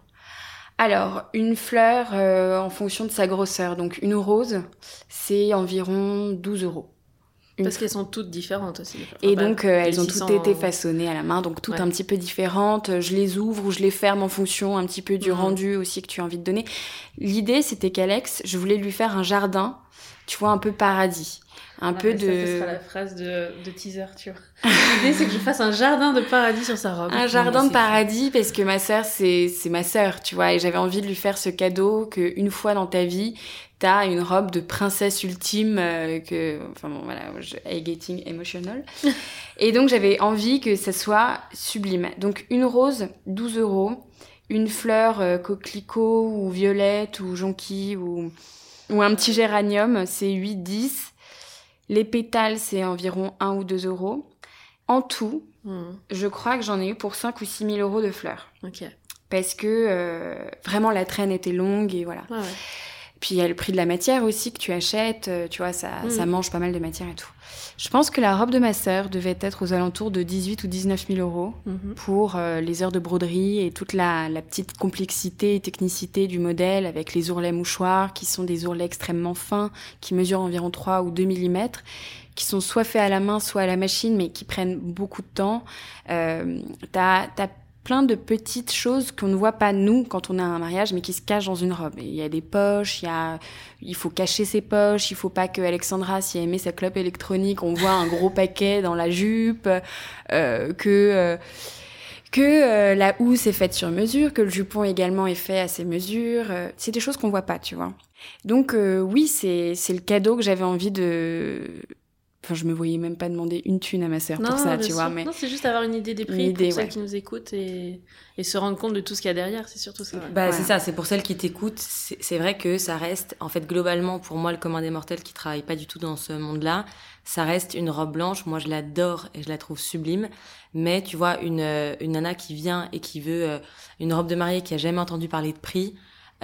Speaker 3: Alors, une fleur euh, en fonction de sa grosseur. Donc, une rose, c'est environ douze euros. Une
Speaker 2: Parce f... qu'elles sont toutes différentes aussi.
Speaker 3: Enfin, et bah, donc, euh, elles ont toutes été façonnées à la main, donc toutes ouais. un petit peu différentes. Je les ouvre ou je les ferme en fonction un petit peu du mmh. rendu aussi que tu as envie de donner. L'idée, c'était qu'Alex, je voulais lui faire un jardin, tu vois, un peu paradis. Un
Speaker 2: ah,
Speaker 3: peu de...
Speaker 2: Ça, ce sera la phrase de, de teaser, tu vois. L'idée, c'est que je fasse un jardin de paradis sur sa robe.
Speaker 3: Un jardin de paradis, fou. Parce que ma sœur, c'est, c'est ma sœur, tu vois. Et j'avais envie de lui faire ce cadeau qu'une fois dans ta vie, t'as une robe de princesse ultime euh, que... Enfin bon, voilà, je... I'm getting emotional. Et donc, j'avais envie que ça soit sublime. Donc, une rose, douze euros. Une fleur euh, coquelicot ou violette ou jonquille ou, ou un petit géranium, c'est huit dix. Les pétales, c'est environ un ou deux euros. En tout, mmh. je crois que j'en ai eu pour cinq ou six mille euros de fleurs.
Speaker 2: Ok.
Speaker 3: Parce que euh, vraiment, la traîne était longue et voilà.
Speaker 2: Ah ouais.
Speaker 3: Puis il y a le prix de la matière aussi que tu achètes. Tu vois, ça, mmh. ça mange pas mal de matière et tout. Je pense que la robe de ma sœur devait être aux alentours de dix-huit ou dix-neuf mille euros mmh. pour euh, les heures de broderie et toute la, la petite complexité et technicité du modèle avec les ourlets mouchoirs qui sont des ourlets extrêmement fins qui mesurent environ trois ou deux millimètres, qui sont soit faits à la main, soit à la machine, mais qui prennent beaucoup de temps. Euh, t'as, t'as plein de petites choses qu'on ne voit pas, nous, quand on a un mariage, mais qui se cachent dans une robe. Il y a des poches, il y a... il faut cacher ses poches, il faut pas que Alexandra, si elle met sa clope électronique, on voit un gros paquet dans la jupe, euh, que... Euh... que euh, la housse est faite sur mesure, que le jupon également est fait à ses mesures. Euh, c'est des choses qu'on voit pas, tu vois. Donc euh, oui, c'est, c'est le cadeau que j'avais envie de... Enfin, je me voyais même pas demander une thune à ma sœur pour ça, tu
Speaker 2: sûr.
Speaker 3: vois. Mais...
Speaker 2: Non, c'est juste avoir une idée des prix
Speaker 3: idée,
Speaker 2: pour celles
Speaker 3: ouais.
Speaker 2: qui nous écoutent et... et se rendre compte de tout ce qu'il y a derrière, c'est surtout ça.
Speaker 4: Bah,
Speaker 3: ouais.
Speaker 4: c'est ça, c'est pour celles qui t'écoutent. C'est, c'est vrai que ça reste, en fait, globalement, pour moi, le commun des mortels qui travaille pas du tout dans ce monde-là, ça reste une robe blanche. Moi, je l'adore et je la trouve sublime. Mais tu vois, une, une nana qui vient et qui veut une robe de mariée qui a jamais entendu parler de prix,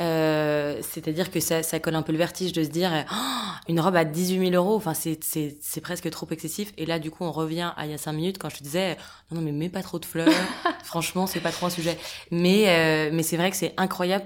Speaker 4: Euh, c'est-à-dire que ça, ça colle un peu le vertige de se dire oh, une robe à dix-huit mille euros, enfin c'est, c'est, c'est presque trop excessif. Et là du coup on revient à il y a cinq minutes quand je te disais non non mais mets pas trop de fleurs, franchement c'est pas trop un sujet. Mais euh, mais c'est vrai que c'est incroyable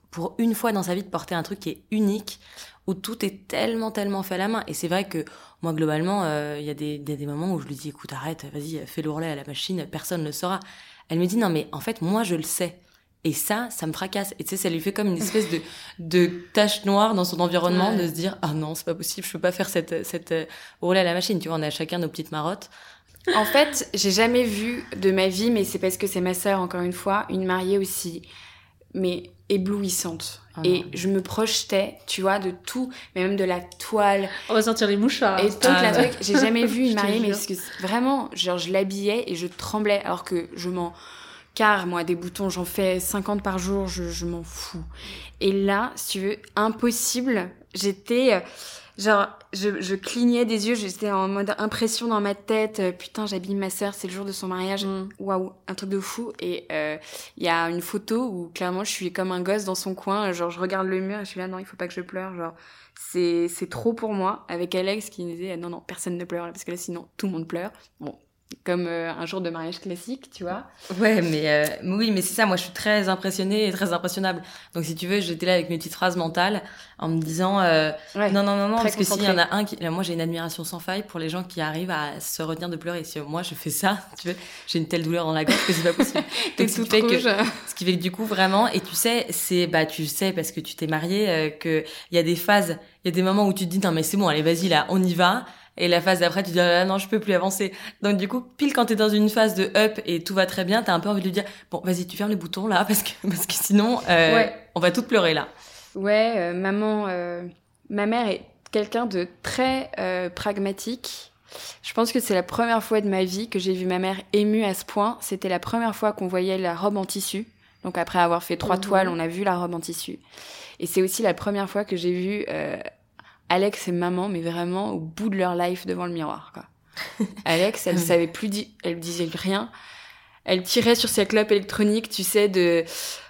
Speaker 4: pour une fois dans sa vie de porter un truc qui est unique, où tout est tellement, tellement fait à la main. Et c'est vrai que moi, globalement, il euh, y a des, des, des moments où je lui dis, écoute, arrête, vas-y, fais l'ourlet à la machine, personne ne le saura. Elle me dit, non, mais en fait, moi, je le sais. Et ça, ça me fracasse. Et tu sais, ça lui fait comme une espèce de, de tache noire dans son environnement, ouais. de se dire, ah non, c'est pas possible, je peux pas faire cette, cette euh, ourlet à la machine. Tu vois, on a chacun nos petites marottes.
Speaker 3: En fait, j'ai jamais vu de ma vie, mais c'est parce que c'est ma sœur, encore une fois, une mariée aussi, mais éblouissante. Oh et je me projetais, tu vois, de tout, mais même de la toile.
Speaker 2: On va sentir les mouchards.
Speaker 3: Et toute ah, la truc. J'ai jamais vu une mariée, mais parce que vraiment, genre, je l'habillais et je tremblais, alors que je m'en... Car moi, des boutons, j'en fais cinquante par jour, je, je m'en fous. Et là, si tu veux, impossible. J'étais... Euh, genre, je, je clignais des yeux, j'étais en mode impression dans ma tête. Euh, putain, j'habille ma sœur, c'est le jour de son mariage. Waouh, wow, un truc de fou. Et il euh, y a une photo où, clairement, je suis comme un gosse dans son coin. Genre, je regarde le mur et je suis là, non, il faut pas que je pleure. Genre, c'est, c'est trop pour moi. Avec Alex qui me disait, non, non, personne ne pleure, parce que là, sinon, tout le monde pleure. Bon. Comme euh, un jour de mariage classique, tu vois.
Speaker 4: Ouais, mais euh, oui, mais c'est ça. Moi, je suis très impressionnée et très impressionnable. Donc, si tu veux, j'étais là avec mes petites phrases mentales en me disant euh, ouais, non, non, non, non, parce que s'il y en a un qui, là, moi, j'ai une admiration sans faille pour les gens qui arrivent à se retenir de pleurer. Si moi, je fais ça, tu veux, j'ai une telle douleur dans la gorge que c'est pas possible. Donc, ce qui fait que, ce qui fait que du coup, vraiment, et tu sais, c'est, bah, tu sais, parce que tu t'es mariée, euh, que il y a des phases, il y a des moments où tu te dis non, mais c'est bon, allez, vas-y, là, on y va. Et la phase d'après, tu te dis, ah non, je peux plus avancer. Donc, du coup, pile quand t'es dans une phase de up et tout va très bien, t'as un peu envie de lui dire, bon, vas-y, tu fermes les boutons, là, parce que, parce que sinon, euh, ouais. on va toutes pleurer, là.
Speaker 3: Ouais, euh, maman, euh, ma mère est quelqu'un de très euh, pragmatique. Je pense que c'est la première fois de ma vie que j'ai vu ma mère émue à ce point. C'était la première fois qu'on voyait la robe en tissu. Donc, après avoir fait trois mmh. toiles, on a vu la robe en tissu. Et c'est aussi la première fois que j'ai vu... Euh, Alex et maman, mais vraiment au bout de leur life devant le miroir, quoi. Alex, elle savait plus, di- elle disait rien. Elle tirait sur sa clope électronique, tu sais, de...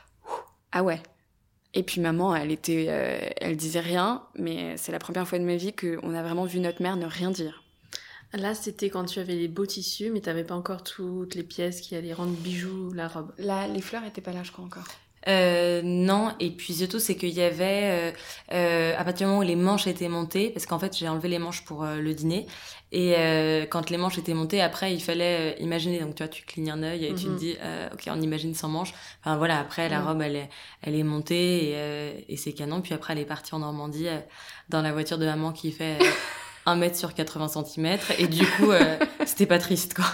Speaker 3: Ah ouais. Et puis maman, elle était, euh, elle disait rien, mais c'est la première fois de ma vie qu'on a vraiment vu notre mère ne rien dire.
Speaker 2: Là, c'était quand tu avais les beaux tissus, mais t'avais pas encore toutes les pièces qui allaient rendre bijou la robe.
Speaker 3: Là, les fleurs étaient pas là, je crois, encore.
Speaker 4: Euh, non, et puis surtout c'est qu'il y avait euh, euh, à partir du moment où les manches étaient montées, parce qu'en fait j'ai enlevé les manches pour euh, le dîner, et euh, quand les manches étaient montées, après il fallait euh, imaginer, donc tu vois, tu clignes un œil et mm-hmm. tu te dis euh, ok, on imagine sans manches, enfin voilà, après la mm. robe elle est, elle est montée et, euh, et c'est canon, puis après elle est partie en Normandie euh, dans la voiture de maman qui fait euh, un mètre sur quatre-vingts centimètres, et du coup euh, c'était pas triste, quoi.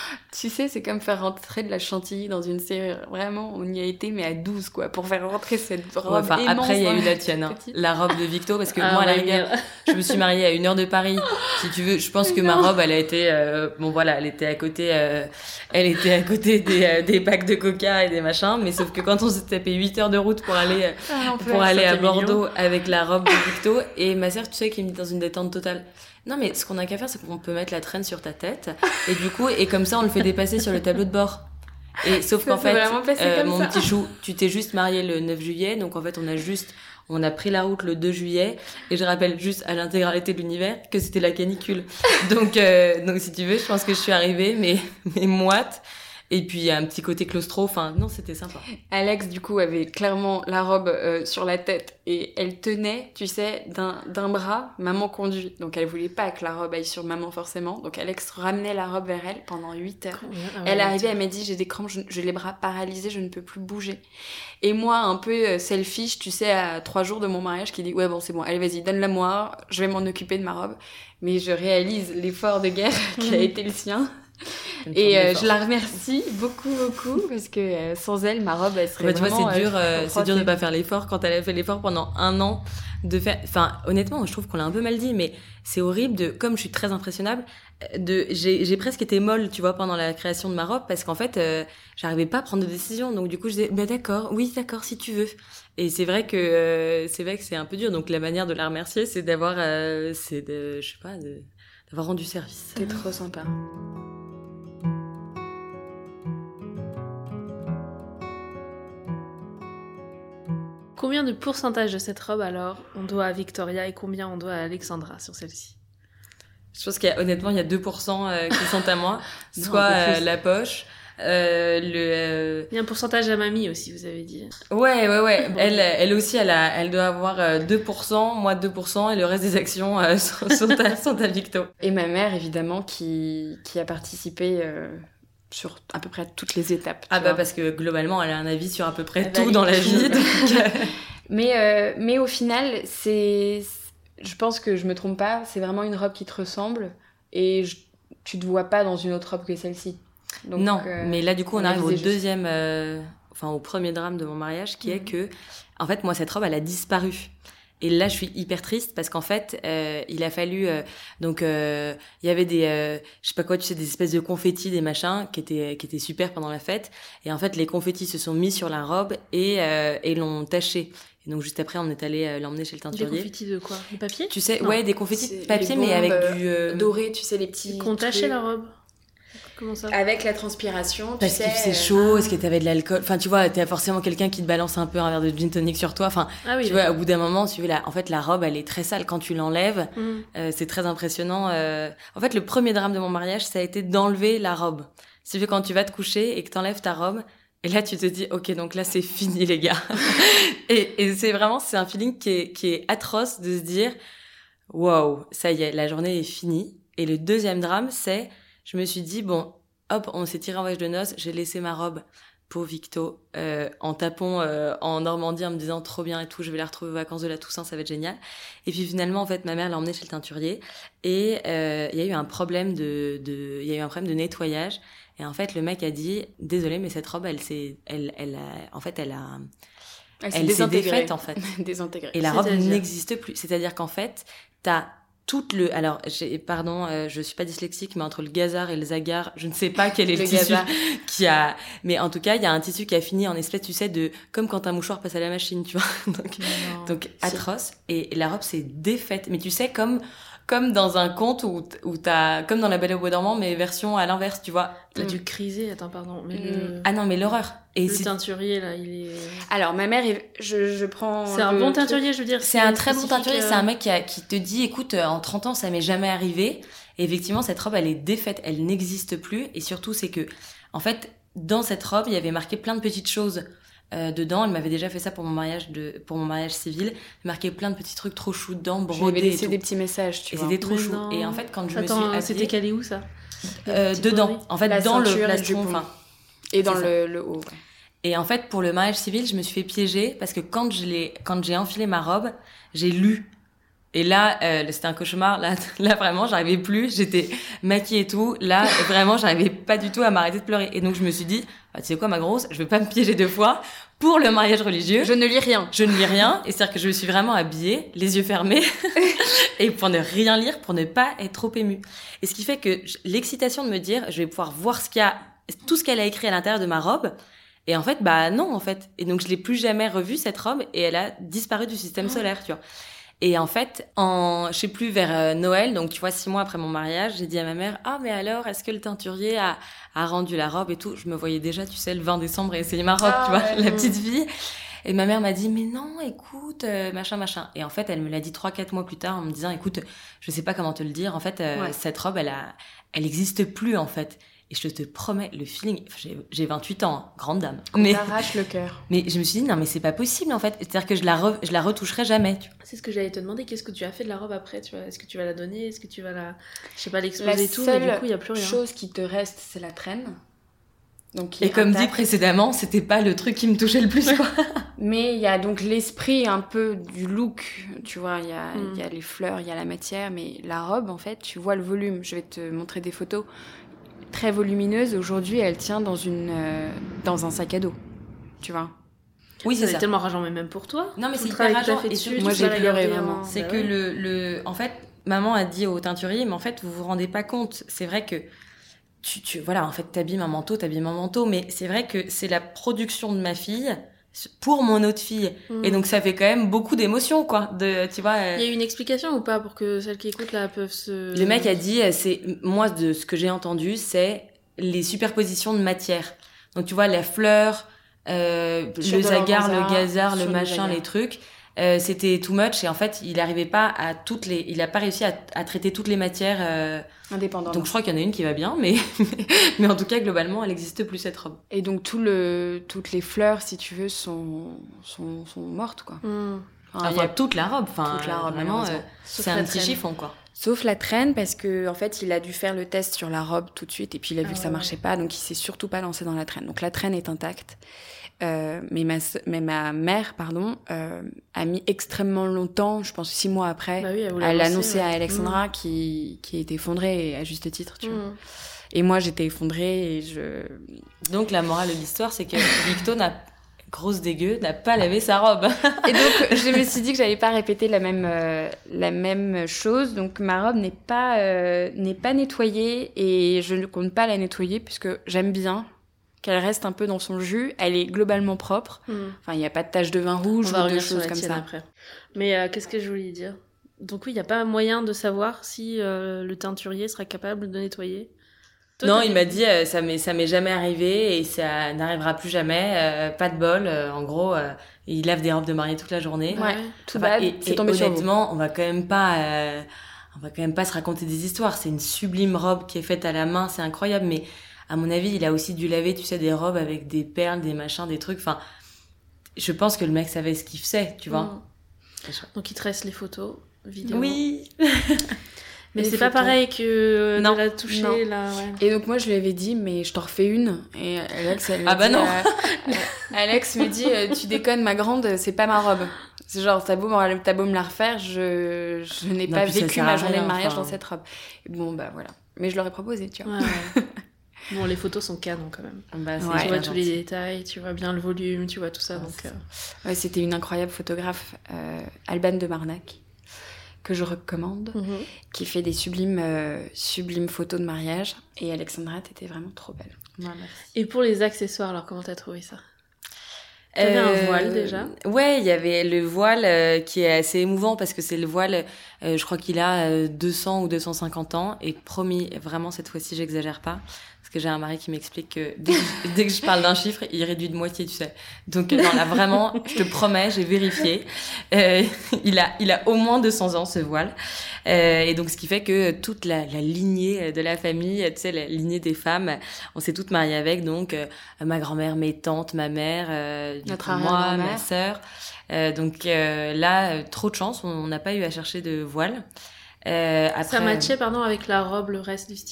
Speaker 3: Tu sais, c'est comme faire rentrer de la chantilly dans une série. Vraiment, on y a été, mais à douze, quoi, pour faire rentrer cette robe ouais, enfin, immense.
Speaker 4: Après, il y a eu la tienne, hein, la robe de Victo, parce que ah, moi, à la rigueur, je me suis mariée à une heure de Paris. Si tu veux, je pense que non. ma robe, elle a été... Euh, bon, voilà, elle était à côté, euh, elle était à côté des, euh, des packs de coca et des machins, mais sauf que quand on s'est tapé huit heures de route pour aller, ah, pour aller à Bordeaux millions. Avec la robe de Victo, et ma sœur, tu sais, qui me dit dans une détente totale... Non, mais ce qu'on a qu'à faire, c'est qu'on peut mettre la traîne sur ta tête. Et du coup, et comme ça, on le fait dépasser sur le tableau de bord. Et sauf ça qu'en fait, euh, mon ça. petit chou, tu t'es juste marié le neuf juillet. Donc, en fait, on a juste, on a pris la route le deux juillet. Et je rappelle juste à l'intégralité de l'univers que c'était la canicule. Donc, euh, donc, si tu veux, je pense que je suis arrivée, mais, mais moite. Et puis, il y a un petit côté claustro. Enfin, non, c'était sympa.
Speaker 3: Alex, du coup, avait clairement la robe euh, sur la tête. Et elle tenait, tu sais, d'un, d'un bras, maman conduit. Donc, elle voulait pas que la robe aille sur maman, forcément. Donc, Alex ramenait la robe vers elle pendant huit heures. Ah ouais, elle arrivait, elle m'a dit, j'ai des crampes, j'ai les bras paralysés, je ne peux plus bouger. Et moi, un peu euh, selfish, tu sais, à trois jours de mon mariage, qui dit, ouais, bon, c'est bon, allez, vas-y, donne-la moi, je vais m'en occuper de ma robe. Mais je réalise l'effort de guerre qui a été le sien. Et euh, je la remercie beaucoup beaucoup parce que euh, sans elle ma robe elle serait
Speaker 4: bah, tu
Speaker 3: vraiment
Speaker 4: vois, c'est dur euh, c'est dur de pas faire l'effort quand elle a fait l'effort pendant un an de faire, enfin honnêtement je trouve qu'on l'a un peu mal dit, mais c'est horrible de, comme je suis très impressionnable, de j'ai j'ai presque été molle, tu vois, pendant la création de ma robe, parce qu'en fait euh, j'arrivais pas à prendre de décision, donc du coup je disais bah d'accord, oui d'accord, si tu veux. Et c'est vrai que euh, c'est vrai que c'est un peu dur, donc la manière de la remercier c'est d'avoir euh, c'est de je sais pas de d'avoir rendu service.
Speaker 3: T'es trop sympa.
Speaker 2: Combien de pourcentage de cette robe, alors, on doit à Victoria et combien on doit à Alexandra sur celle-ci ?
Speaker 4: Je pense qu'il y a, honnêtement, il y a deux pour cent euh, qui sont à moi. Soit non, euh, la poche, Euh, le, euh...
Speaker 2: Il y a un pourcentage à mamie aussi, vous avez dit.
Speaker 4: Ouais, ouais, ouais. Elle, elle aussi, elle, a, elle doit avoir euh, deux pour cent, moi deux pour cent, et le reste des actions euh, sont, sont, à, sont à Victo.
Speaker 3: Et ma mère, évidemment, qui, qui a participé euh, sur à peu près toutes les étapes.
Speaker 4: Ah bah
Speaker 3: vois.
Speaker 4: parce que globalement, elle a un avis sur à peu près
Speaker 3: Elle
Speaker 4: tout
Speaker 3: valide
Speaker 4: dans la
Speaker 3: tout.
Speaker 4: vie. Donc...
Speaker 3: mais, euh, mais au final, c'est... Je pense que je me trompe pas, c'est vraiment une robe qui te ressemble, et je, tu te vois pas dans une autre robe que celle-ci. Donc,
Speaker 4: non,
Speaker 3: euh,
Speaker 4: mais là du coup on,
Speaker 3: on
Speaker 4: arrive au
Speaker 3: juste.
Speaker 4: deuxième, euh, enfin au premier drame de mon mariage, qui mmh. est que, en fait moi cette robe elle a disparu. Et là je suis hyper triste parce qu'en fait euh, il a fallu, euh, donc il euh, y avait des, euh, je sais pas quoi, tu sais, des espèces de confettis, des machins qui étaient qui étaient super pendant la fête. Et en fait les confettis se sont mis sur la robe et euh, et l'ont tachée. Et donc juste après on est allé euh, l'emmener chez le teinturier.
Speaker 2: Des confettis de quoi? De papier?
Speaker 4: Tu sais,
Speaker 2: non.
Speaker 4: ouais, des confettis
Speaker 3: c'est
Speaker 4: de papier mais avec du euh...
Speaker 3: doré, tu sais les petits.
Speaker 2: Qu'on tachait la robe. Comment ça?
Speaker 3: Avec la transpiration, tu
Speaker 4: parce
Speaker 3: sais.
Speaker 4: Parce qu'il faisait chaud, est-ce que t'avais de l'alcool? Enfin, tu vois, t'as forcément quelqu'un qui te balance un peu un verre de gin tonic sur toi. Enfin,
Speaker 2: ah oui,
Speaker 4: tu vois, au bout d'un moment, tu vois, la... en fait, la robe, elle est très sale. Quand tu l'enlèves,
Speaker 2: mmh.
Speaker 4: euh, c'est très impressionnant. Euh... En fait, le premier drame de mon mariage, ça a été d'enlever la robe. C'est que quand tu vas te coucher et que t'enlèves ta robe, et là, tu te dis, ok, donc là, c'est fini, les gars. et, et c'est vraiment, c'est un feeling qui est, qui est atroce de se dire, waouh, ça y est, la journée est finie. Et le deuxième drame, c'est, je me suis dit, bon, hop, on s'est tiré en voyage de noces, j'ai laissé ma robe pour Victo euh, en tapant euh, en Normandie en me disant trop bien et tout, je vais la retrouver aux vacances de la Toussaint, ça va être génial. Et puis finalement, en fait, ma mère l'a emmenée chez le teinturier et il euh, y a eu un problème de, de, il y a eu un problème de nettoyage. Et en fait, le mec a dit, désolé, mais cette robe, elle s'est, elle, elle a, en fait, elle a,
Speaker 3: elle,
Speaker 4: elle s'est défaite en fait.
Speaker 3: Désintégrée.
Speaker 4: Et la robe n'existe plus. C'est-à-dire qu'en fait, t'as tout le, alors, j'ai, pardon, euh, je suis pas dyslexique, mais entre le gazard et le zagar, je ne sais pas quel est le, le tissu gazard. Qui a, mais en tout cas, il y a un tissu qui a fini en espèce, tu sais, de, comme quand un mouchoir passe à la machine, tu vois. donc, non, donc atroce. Et, et la robe s'est défaite. Mais tu sais, comme, comme dans un conte où, où t'as, comme dans La Belle au Bois dormant, mais version à l'inverse, tu vois.
Speaker 2: T'as mm. dû criser, attends, pardon. Mais
Speaker 4: mm.
Speaker 2: le...
Speaker 4: Ah non, mais l'horreur.
Speaker 2: Et le teinturier, là, il est...
Speaker 3: Alors, ma mère, je, je prends...
Speaker 2: C'est un bon teinturier, je veux dire.
Speaker 4: C'est, c'est un très bon teinturier. Euh... C'est un mec qui, a, qui te dit, écoute, en trente ans, ça m'est jamais arrivé. Et effectivement, cette robe, elle est défaite. Elle n'existe plus. Et surtout, c'est que, en fait, dans cette robe, il y avait marqué plein de petites choses euh, dedans. Elle m'avait déjà fait ça pour mon mariage, de, pour mon mariage civil. Marqué plein de petits trucs trop choux dedans, brodés.
Speaker 3: Je lui avais laissé des petits messages, tu
Speaker 4: et
Speaker 3: vois.
Speaker 4: Et c'était trop
Speaker 2: mais
Speaker 4: chou.
Speaker 2: non.
Speaker 4: Et en fait, quand je
Speaker 2: Attends,
Speaker 4: me suis habillée...
Speaker 2: c'était calé où, ça
Speaker 4: euh, Dedans. En fait,
Speaker 3: la
Speaker 4: dans le
Speaker 3: plastron,
Speaker 4: plastron.
Speaker 3: Et dans le, le haut, ouais.
Speaker 4: Et en fait, pour le mariage civil, je me suis fait piéger parce que quand je l'ai, quand j'ai enfilé ma robe, j'ai lu. Et là, euh, c'était un cauchemar. Là, là vraiment, j'arrivais plus. J'étais maquillée et tout. Là, vraiment, j'arrivais pas du tout à m'arrêter de pleurer. Et donc, je me suis dit, bah, tu sais quoi, ma grosse, je vais pas me piéger deux fois pour le mariage religieux.
Speaker 3: Je ne lis rien.
Speaker 4: Je ne lis rien. Et c'est-à-dire que je me suis vraiment habillée, les yeux fermés, et pour ne rien lire, pour ne pas être trop émue. Et ce qui fait que l'excitation de me dire, je vais pouvoir voir ce qu'il y a, tout ce qu'elle a écrit à l'intérieur de ma robe. Et en fait, bah non, en fait. Et donc, je l'ai plus jamais revue, cette robe, et elle a disparu du système oh. solaire, tu vois. Et en fait, en, je sais plus, vers euh, Noël, donc tu vois, six mois après mon mariage, j'ai dit à ma mère, ah, mais alors, est-ce que le teinturier a, a rendu la robe et tout? Je me voyais déjà, tu sais, le vingt décembre et essayer ma robe, oh, tu vois, ouais, la petite fille. Et ma mère m'a dit, mais non, écoute, euh, machin, machin. Et en fait, elle me l'a dit trois, quatre mois plus tard en me disant, écoute, je sais pas comment te le dire, en fait, euh, ouais. cette robe, elle a, elle existe plus, en fait. Et je te promets, le feeling, j'ai, j'ai vingt-huit ans, hein, grande dame.
Speaker 3: On mais t'arrache le cœur.
Speaker 4: Mais je me suis dit, non, mais c'est pas possible, en fait. C'est-à-dire que je la, re, je la retoucherai jamais, tu vois.
Speaker 2: C'est ce que j'allais te demander. Qu'est-ce que tu as fait de la robe après, tu vois? Est-ce que tu vas la donner? Est-ce que tu vas la, je sais pas, l'exposer et tout? Mais du coup, il y a plus rien.
Speaker 3: La seule chose qui te reste, c'est la traîne.
Speaker 4: Donc, et comme intact. Dit précédemment, c'était pas le truc qui me touchait le plus, quoi.
Speaker 3: Mais il y a donc l'esprit un peu du look, tu vois, il y a, mm. il y a les fleurs, il y a la matière, mais la robe, en fait, tu vois le volume. Je vais te montrer des photos. Très volumineuse, aujourd'hui elle tient dans une euh, dans un sac à dos, tu vois.
Speaker 2: Oui, c'est, c'est ça. tellement rageant, mais même pour toi.
Speaker 4: Non, mais c'est hyper rageant. Et
Speaker 3: dessus, moi j'ai pleuré vraiment.
Speaker 4: C'est bah que ouais. le le en fait, maman a dit au teinturier, mais en fait vous vous rendez pas compte. C'est vrai que tu tu voilà, en fait t'habilles un manteau, t'habilles un manteau, mais c'est vrai que c'est la production de ma fille pour mon autre fille. Mmh. Et donc ça fait quand même beaucoup d'émotions, quoi. De, tu vois.
Speaker 2: Il y a eu une explication ou pas pour que celles qui écoutent là peuvent se...
Speaker 4: Le mec a dit, c'est, moi de ce que j'ai entendu, c'est les superpositions de matière. Donc tu vois, la fleur, euh, le zagar, le gazard, le machin, les trucs. euh, c'était too much et en fait il arrivait pas à toutes les il a pas réussi à, à traiter toutes les matières euh...
Speaker 3: indépendamment.
Speaker 4: Donc je crois qu'il y en a une qui va bien, mais mais en tout cas globalement elle n'existe plus cette robe.
Speaker 3: Et donc tout le toutes les fleurs, si tu veux, sont sont, sont mortes quoi.
Speaker 2: Mmh.
Speaker 4: Enfin, enfin a... toute la robe, enfin
Speaker 3: toute la robe,
Speaker 4: vraiment, euh, c'est un petit chiffon quoi.
Speaker 3: Sauf la traîne parce que en fait il a dû faire le test sur la robe tout de suite et puis il a vu ah, que ça marchait pas, donc il s'est surtout pas lancé dans la traîne. Donc la traîne est intacte. Euh, mais, ma, mais ma mère, pardon, euh, a mis extrêmement longtemps, je pense six mois après,
Speaker 2: bah oui,
Speaker 3: à l'annoncer
Speaker 2: ouais.
Speaker 3: à Alexandra
Speaker 2: mmh.
Speaker 3: qui, qui est effondrée, et à juste titre, tu
Speaker 2: mmh.
Speaker 3: vois. Et moi, j'étais effondrée et je...
Speaker 4: Donc la morale de l'histoire, c'est que Victo, n'a, grosse dégueu, n'a pas lavé sa robe.
Speaker 3: Et donc, je me suis dit que j'allais pas répéter la même, euh, la même chose. Donc ma robe n'est pas, euh, n'est pas nettoyée et je ne compte pas la nettoyer puisque j'aime bien qu'elle reste un peu dans son jus. Elle est globalement propre. Mmh. Enfin, il n'y a pas de taches de vin rouge ou de choses comme ça.
Speaker 2: Après. Mais euh, qu'est-ce que je voulais dire ? Donc oui, il n'y a pas moyen de savoir si euh, le teinturier sera capable de nettoyer ?
Speaker 4: Toi, non, il m'a dit euh, ça m'est ça m'est jamais arrivé et ça n'arrivera plus jamais. Euh, pas de bol. Euh, en gros, euh, il lave des robes de mariée toute la journée.
Speaker 3: Ouais. Tout
Speaker 4: enfin,
Speaker 3: bad.
Speaker 4: Et,
Speaker 3: c'est
Speaker 4: et
Speaker 3: tombé sur vous.
Speaker 4: Honnêtement, on va quand même pas. Euh, on va quand même pas se raconter des histoires. C'est une sublime robe qui est faite à la main. C'est incroyable, mais à mon avis, il a aussi dû laver, tu sais, des robes avec des perles, des machins, des trucs. Enfin, je pense que le mec savait ce qu'il faisait, tu vois.
Speaker 2: Mmh. Donc, il te reste les photos, vidéos.
Speaker 4: Oui.
Speaker 2: Mais
Speaker 3: les
Speaker 2: c'est
Speaker 3: photos.
Speaker 2: Pas pareil que
Speaker 4: non.
Speaker 2: de la toucher,
Speaker 3: non.
Speaker 2: là, ouais.
Speaker 3: Et donc, moi, je lui avais dit, mais je t'en refais une. Et Alex, elle me
Speaker 4: ah bah
Speaker 3: dit,
Speaker 4: non.
Speaker 3: Euh, Alex me dit, tu déconnes, ma grande, c'est pas ma robe. C'est genre, t'as beau, t'as beau me la refaire, je, je n'ai
Speaker 4: non,
Speaker 3: pas vécu ma journée
Speaker 4: rien,
Speaker 3: de mariage
Speaker 4: enfin...
Speaker 3: dans cette robe. Et bon, bah voilà. Mais je leur ai proposé, tu vois.
Speaker 2: Ouais, ouais. Bon, les photos sont canons quand même.
Speaker 4: Bah, c'est
Speaker 3: ouais,
Speaker 2: tu vois
Speaker 4: tous
Speaker 2: les détails, tu vois bien le volume, tu vois tout ça.
Speaker 3: Ouais,
Speaker 2: donc, euh...
Speaker 3: ouais, c'était une incroyable photographe, euh, Alban de Marnac, que je recommande, mm-hmm. qui fait des sublimes, euh, sublimes photos de mariage. Et Alexandra, t'étais vraiment trop belle.
Speaker 2: Ouais, et pour les accessoires, alors comment t'as trouvé ça ? T'avais euh, un voile déjà ?
Speaker 4: Ouais, il y avait le voile euh, qui est assez émouvant parce que c'est le voile, euh, je crois qu'il a euh, deux cents ou deux cent cinquante ans. Et promis, vraiment cette fois-ci, j'exagère pas. Parce que j'ai un mari qui m'explique que dès que, je, dès que je parle d'un chiffre, il réduit de moitié, tu sais. Donc non, là vraiment, je te promets, j'ai vérifié. Euh, il a, il a au moins deux cents ans ce voile. Euh, et donc ce qui fait que toute la, la lignée de la famille, tu sais, la lignée des femmes, on s'est toutes mariées avec. Donc euh, ma grand-mère, mes tantes, ma mère, euh,
Speaker 3: notre
Speaker 4: moi, ma sœur. Euh, donc euh, là, euh, trop de chance, on n'a pas eu à chercher de voile.
Speaker 2: Euh, après, ça matchait, pardon, avec la robe, le reste du style ?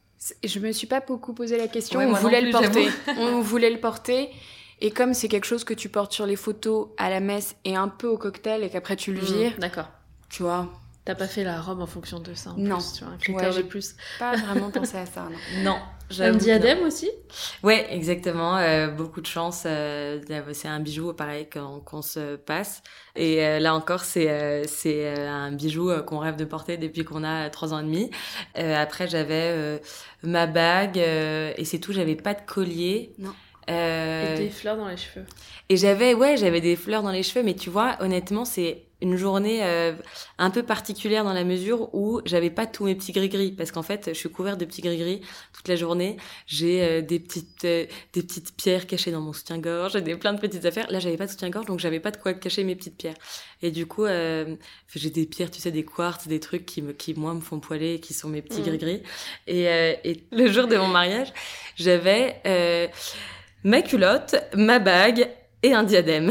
Speaker 3: Je me suis pas beaucoup posé la question.
Speaker 4: Ouais,
Speaker 3: on voulait
Speaker 4: plus,
Speaker 3: le porter. on voulait le porter. Et comme c'est quelque chose que tu portes sur les photos, à la messe et un peu au cocktail et qu'après tu le vires.
Speaker 2: Mmh, d'accord.
Speaker 3: Tu vois.
Speaker 2: T'as pas fait la robe en fonction de ça en
Speaker 3: non.
Speaker 2: plus, tu vois, un critère
Speaker 3: ouais,
Speaker 2: de plus.
Speaker 3: Pas vraiment pensé à ça, non.
Speaker 4: Non.
Speaker 2: Un diadème aussi ?
Speaker 4: Ouais, exactement. Euh, beaucoup de chance. Euh, c'est un bijou, pareil, qu'on, qu'on se passe. Et euh, là encore, c'est euh, c'est euh, un bijou euh, qu'on rêve de porter depuis qu'on a trois ans et demi. Euh, après, j'avais euh, ma bague euh, et c'est tout. J'avais pas de collier.
Speaker 3: Non.
Speaker 2: Euh... Et des fleurs dans les cheveux.
Speaker 4: Et j'avais, ouais, j'avais des fleurs dans les cheveux, mais tu vois, honnêtement, c'est une journée euh, un peu particulière dans la mesure où j'avais pas tous mes petits gris-gris, parce qu'en fait, je suis couverte de petits gris-gris toute la journée. J'ai euh, des petites euh, des petites pierres cachées dans mon soutien-gorge, des plein de petites affaires. Là, j'avais pas de soutien-gorge, donc j'avais pas de quoi cacher mes petites pierres. Et du coup, euh, j'ai des pierres, tu sais, des quartz, des trucs qui me, qui moi me font poiler, qui sont mes petits mmh. gris-gris. Et euh, et le jour de mon mariage, j'avais euh, ma culotte, ma bague et un diadème.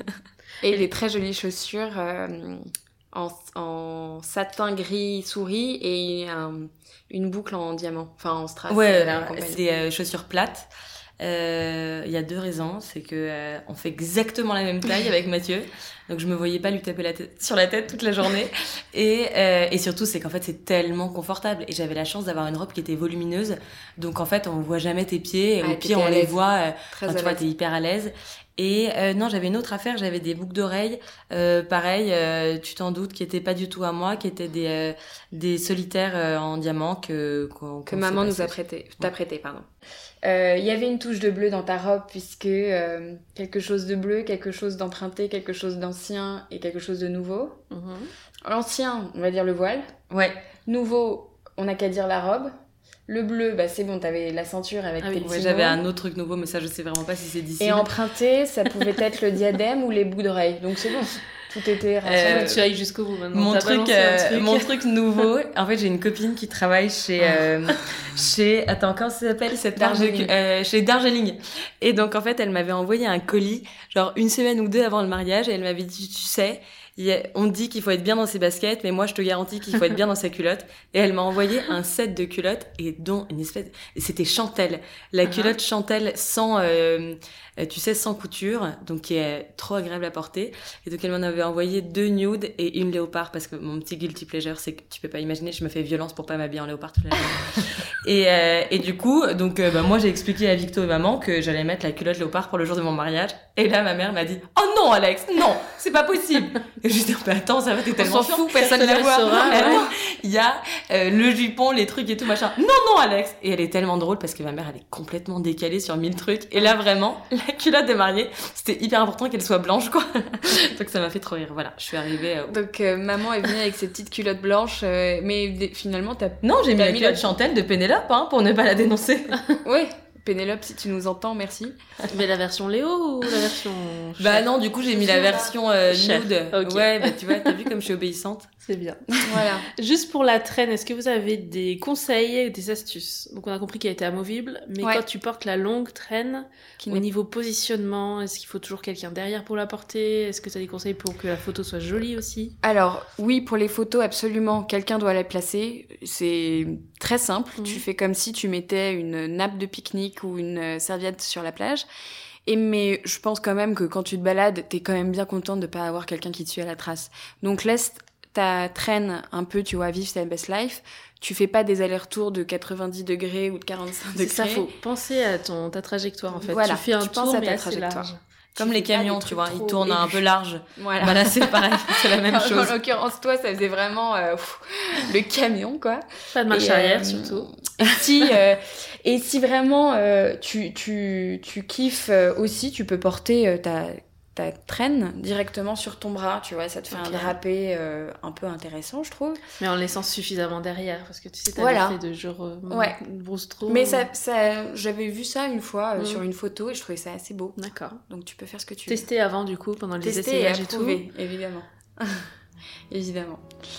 Speaker 3: Et les très jolies chaussures euh, en, en satin gris souris et un, une boucle en diamant, enfin en strass.
Speaker 4: Ouais, c'est des euh, chaussures plates. Il euh, y a deux raisons, c'est que euh, on fait exactement la même taille avec Mathieu, donc je me voyais pas lui taper la tête sur la tête toute la journée. Et euh, et surtout, c'est qu'en fait c'est tellement confortable. Et j'avais la chance d'avoir une robe qui était volumineuse, donc en fait on voit jamais tes pieds. Et
Speaker 3: ah,
Speaker 4: au pire on les voit. Euh, enfin, tu vois, t'es hyper à l'aise. Et euh, non, j'avais une autre affaire, j'avais des boucles d'oreilles, euh, pareil, euh, tu t'en doutes, qui étaient pas du tout à moi, qui étaient des euh, des solitaires euh, en diamant que qu'on,
Speaker 3: que qu'on maman nous a prêté, t'a prêté, pardon. Il euh, y avait une touche de bleu dans ta robe puisque euh, quelque chose de bleu, quelque chose d'emprunté, quelque chose d'ancien et quelque chose de nouveau. Mm-hmm. L'ancien, on va dire le voile.
Speaker 4: Ouais.
Speaker 3: Nouveau, on n'a qu'à dire la robe. Le bleu, bah c'est bon, t'avais la ceinture avec
Speaker 4: ah
Speaker 3: tes
Speaker 4: oui,
Speaker 3: petits
Speaker 4: ouais, j'avais un autre truc nouveau, mais ça je sais vraiment pas si c'est d'ici.
Speaker 3: Et emprunté, ça pouvait être le diadème ou les boucles d'oreilles, donc c'est bon. Tout était
Speaker 2: rassurant. Tu ailles jusqu'au bout maintenant.
Speaker 4: Mon
Speaker 2: T'as
Speaker 4: truc,
Speaker 2: balancé un
Speaker 4: euh,
Speaker 2: truc.
Speaker 4: mon truc nouveau. En fait, j'ai une copine qui travaille chez, euh, chez, attends, comment ça s'appelle cette marque de-
Speaker 3: Darjeeling.
Speaker 4: euh, chez Darjeeling. Et donc, en fait, elle m'avait envoyé un colis, genre une semaine ou deux avant le mariage, et elle m'avait dit, tu sais, il y a- on dit qu'il faut être bien dans ses baskets, mais moi, je te garantis qu'il faut être bien dans sa culotte. Et elle m'a envoyé un set de culottes, et dont une espèce, c'était Chantel. La culotte Chantel sans, euh, euh, tu sais, sans couture, donc qui est trop agréable à porter. Et donc, elle m'en avait envoyé deux nudes et une léopard, parce que mon petit guilty pleasure, c'est que tu peux pas imaginer, je me fais violence pour pas m'habiller en léopard toute la journée. et, euh, et du coup, donc, euh, bah, moi, j'ai expliqué à Victo et maman que j'allais mettre la culotte léopard pour le jour de mon mariage. Et là, ma mère m'a dit, oh non, Alex, non, c'est pas possible. Et je lui ai dit, bah, attends, ça va, t'es tellement
Speaker 2: s'en fout,
Speaker 4: chiant, personne ne
Speaker 2: personne
Speaker 4: le voit.
Speaker 2: le saura,
Speaker 4: Elle,
Speaker 2: ouais.
Speaker 4: non, il y a euh, le jupon, les trucs et tout, machin. Non, non, Alex. Et elle est tellement drôle parce que ma mère, elle est complètement décalée sur mille trucs. Et là, vraiment, la culotte de mariée, c'était hyper important qu'elle soit blanche, quoi. Donc ça m'a fait trop rire. Voilà, je suis arrivée. Euh...
Speaker 3: Donc euh, maman est venue avec ses petites culottes blanches, euh, mais d- finalement t'as...
Speaker 4: Non, j'ai mis
Speaker 3: T'as
Speaker 4: la
Speaker 3: mis
Speaker 4: culotte
Speaker 3: la-
Speaker 4: Chantel de Pénélope, hein, pour ne pas la dénoncer.
Speaker 3: Ouais, Pénélope, si tu nous entends, merci.
Speaker 2: Mais la version Léo ou la version...
Speaker 4: Bah
Speaker 2: chef
Speaker 4: non, du coup, j'ai mis la version euh,
Speaker 2: Chef,
Speaker 4: nude.
Speaker 2: ok.
Speaker 4: Ouais, bah tu vois, t'as vu comme je suis obéissante.
Speaker 2: C'est bien.
Speaker 3: Voilà.
Speaker 2: Juste pour la traîne, est-ce que vous avez des conseils, des astuces? Donc on a compris qu'elle était amovible, mais
Speaker 3: Ouais.
Speaker 2: quand tu portes la longue traîne,
Speaker 3: Qui
Speaker 2: au
Speaker 3: n'est-
Speaker 2: niveau positionnement, est-ce qu'il faut toujours quelqu'un derrière pour la porter? Est-ce que tu as des conseils pour que la photo soit jolie aussi?
Speaker 3: Alors, oui, pour les photos, absolument, quelqu'un doit la placer. C'est très simple.
Speaker 2: Mhm.
Speaker 3: Tu fais comme si tu mettais une nappe de pique-nique ou une euh, serviette sur la plage. Et mais je pense quand même que quand tu te balades, t'es quand même bien contente de pas avoir quelqu'un qui te suit à la trace. Donc laisse ta traîne un peu, tu vois, vivre ta best life. Tu fais pas des allers-retours de quatre-vingt-dix degrés ou de quarante-cinq
Speaker 2: C'est
Speaker 3: degrés.
Speaker 2: ça, faut penser à ton, ta trajectoire en fait.
Speaker 3: Voilà,
Speaker 2: tu fais un
Speaker 3: tu penses
Speaker 2: tour
Speaker 3: à
Speaker 2: mais
Speaker 3: ta
Speaker 2: assez
Speaker 3: trajectoire.
Speaker 2: large.
Speaker 4: Comme
Speaker 3: Tu
Speaker 4: les
Speaker 3: fais pas
Speaker 4: camions,
Speaker 3: des
Speaker 4: tu
Speaker 3: trucs
Speaker 4: vois,
Speaker 3: trop
Speaker 4: ils tournent un
Speaker 3: aigus.
Speaker 4: peu large.
Speaker 3: Voilà.
Speaker 4: Bah là, c'est pareil, c'est la même chose.
Speaker 3: En l'occurrence, toi, ça faisait vraiment euh, pff, le camion, quoi.
Speaker 2: Pas de marche
Speaker 3: Et,
Speaker 2: arrière
Speaker 3: euh,
Speaker 2: surtout.
Speaker 3: Et si, euh, et si vraiment euh, tu, tu, tu kiffes euh, aussi, tu peux porter euh, ta, ta traîne directement sur ton bras, tu vois, ça te fait
Speaker 2: Ok.
Speaker 3: un drapé euh, un peu intéressant, je trouve.
Speaker 2: Mais en laissant suffisamment derrière, parce que tu sais, t'as
Speaker 3: Voilà.
Speaker 2: l'effet de genre euh,
Speaker 3: Ouais.
Speaker 2: brousse trop.
Speaker 3: Mais ça, ça, j'avais vu ça une fois euh,
Speaker 2: Mm.
Speaker 3: sur une photo et je trouvais ça assez beau.
Speaker 2: D'accord.
Speaker 3: Donc tu peux faire ce que tu veux.
Speaker 2: Tester avant du coup, pendant les
Speaker 3: Tester et
Speaker 2: essayages et tout.
Speaker 3: approuver, évidemment. Évidemment.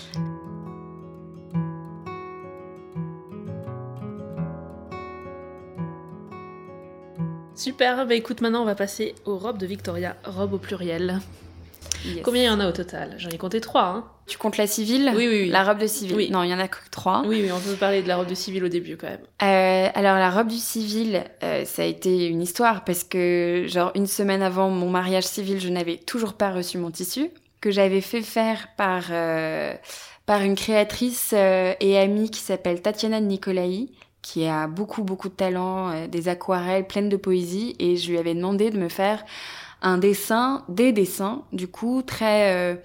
Speaker 2: Super, bah écoute, maintenant on va passer aux robes de Victoria, robes au pluriel.
Speaker 3: Yes.
Speaker 2: Combien il y en a au total? J'en ai compté trois, hein.
Speaker 3: Tu comptes la civile?
Speaker 2: Oui, oui, oui.
Speaker 3: La robe de civile?
Speaker 2: Oui.
Speaker 3: Non, il y en a que trois.
Speaker 2: Oui, oui, on peut parler de la robe de civil au début quand même.
Speaker 3: Euh, alors la robe du civil, euh, ça a été une histoire parce que genre une semaine avant mon mariage civil, je n'avais toujours pas reçu mon tissu que j'avais fait faire par euh, par une créatrice euh, et amie qui s'appelle Tatiana Nicolaï, qui a beaucoup beaucoup de talent, euh, des aquarelles pleines de poésie, et je lui avais demandé de me faire un dessin, des dessins du coup très euh,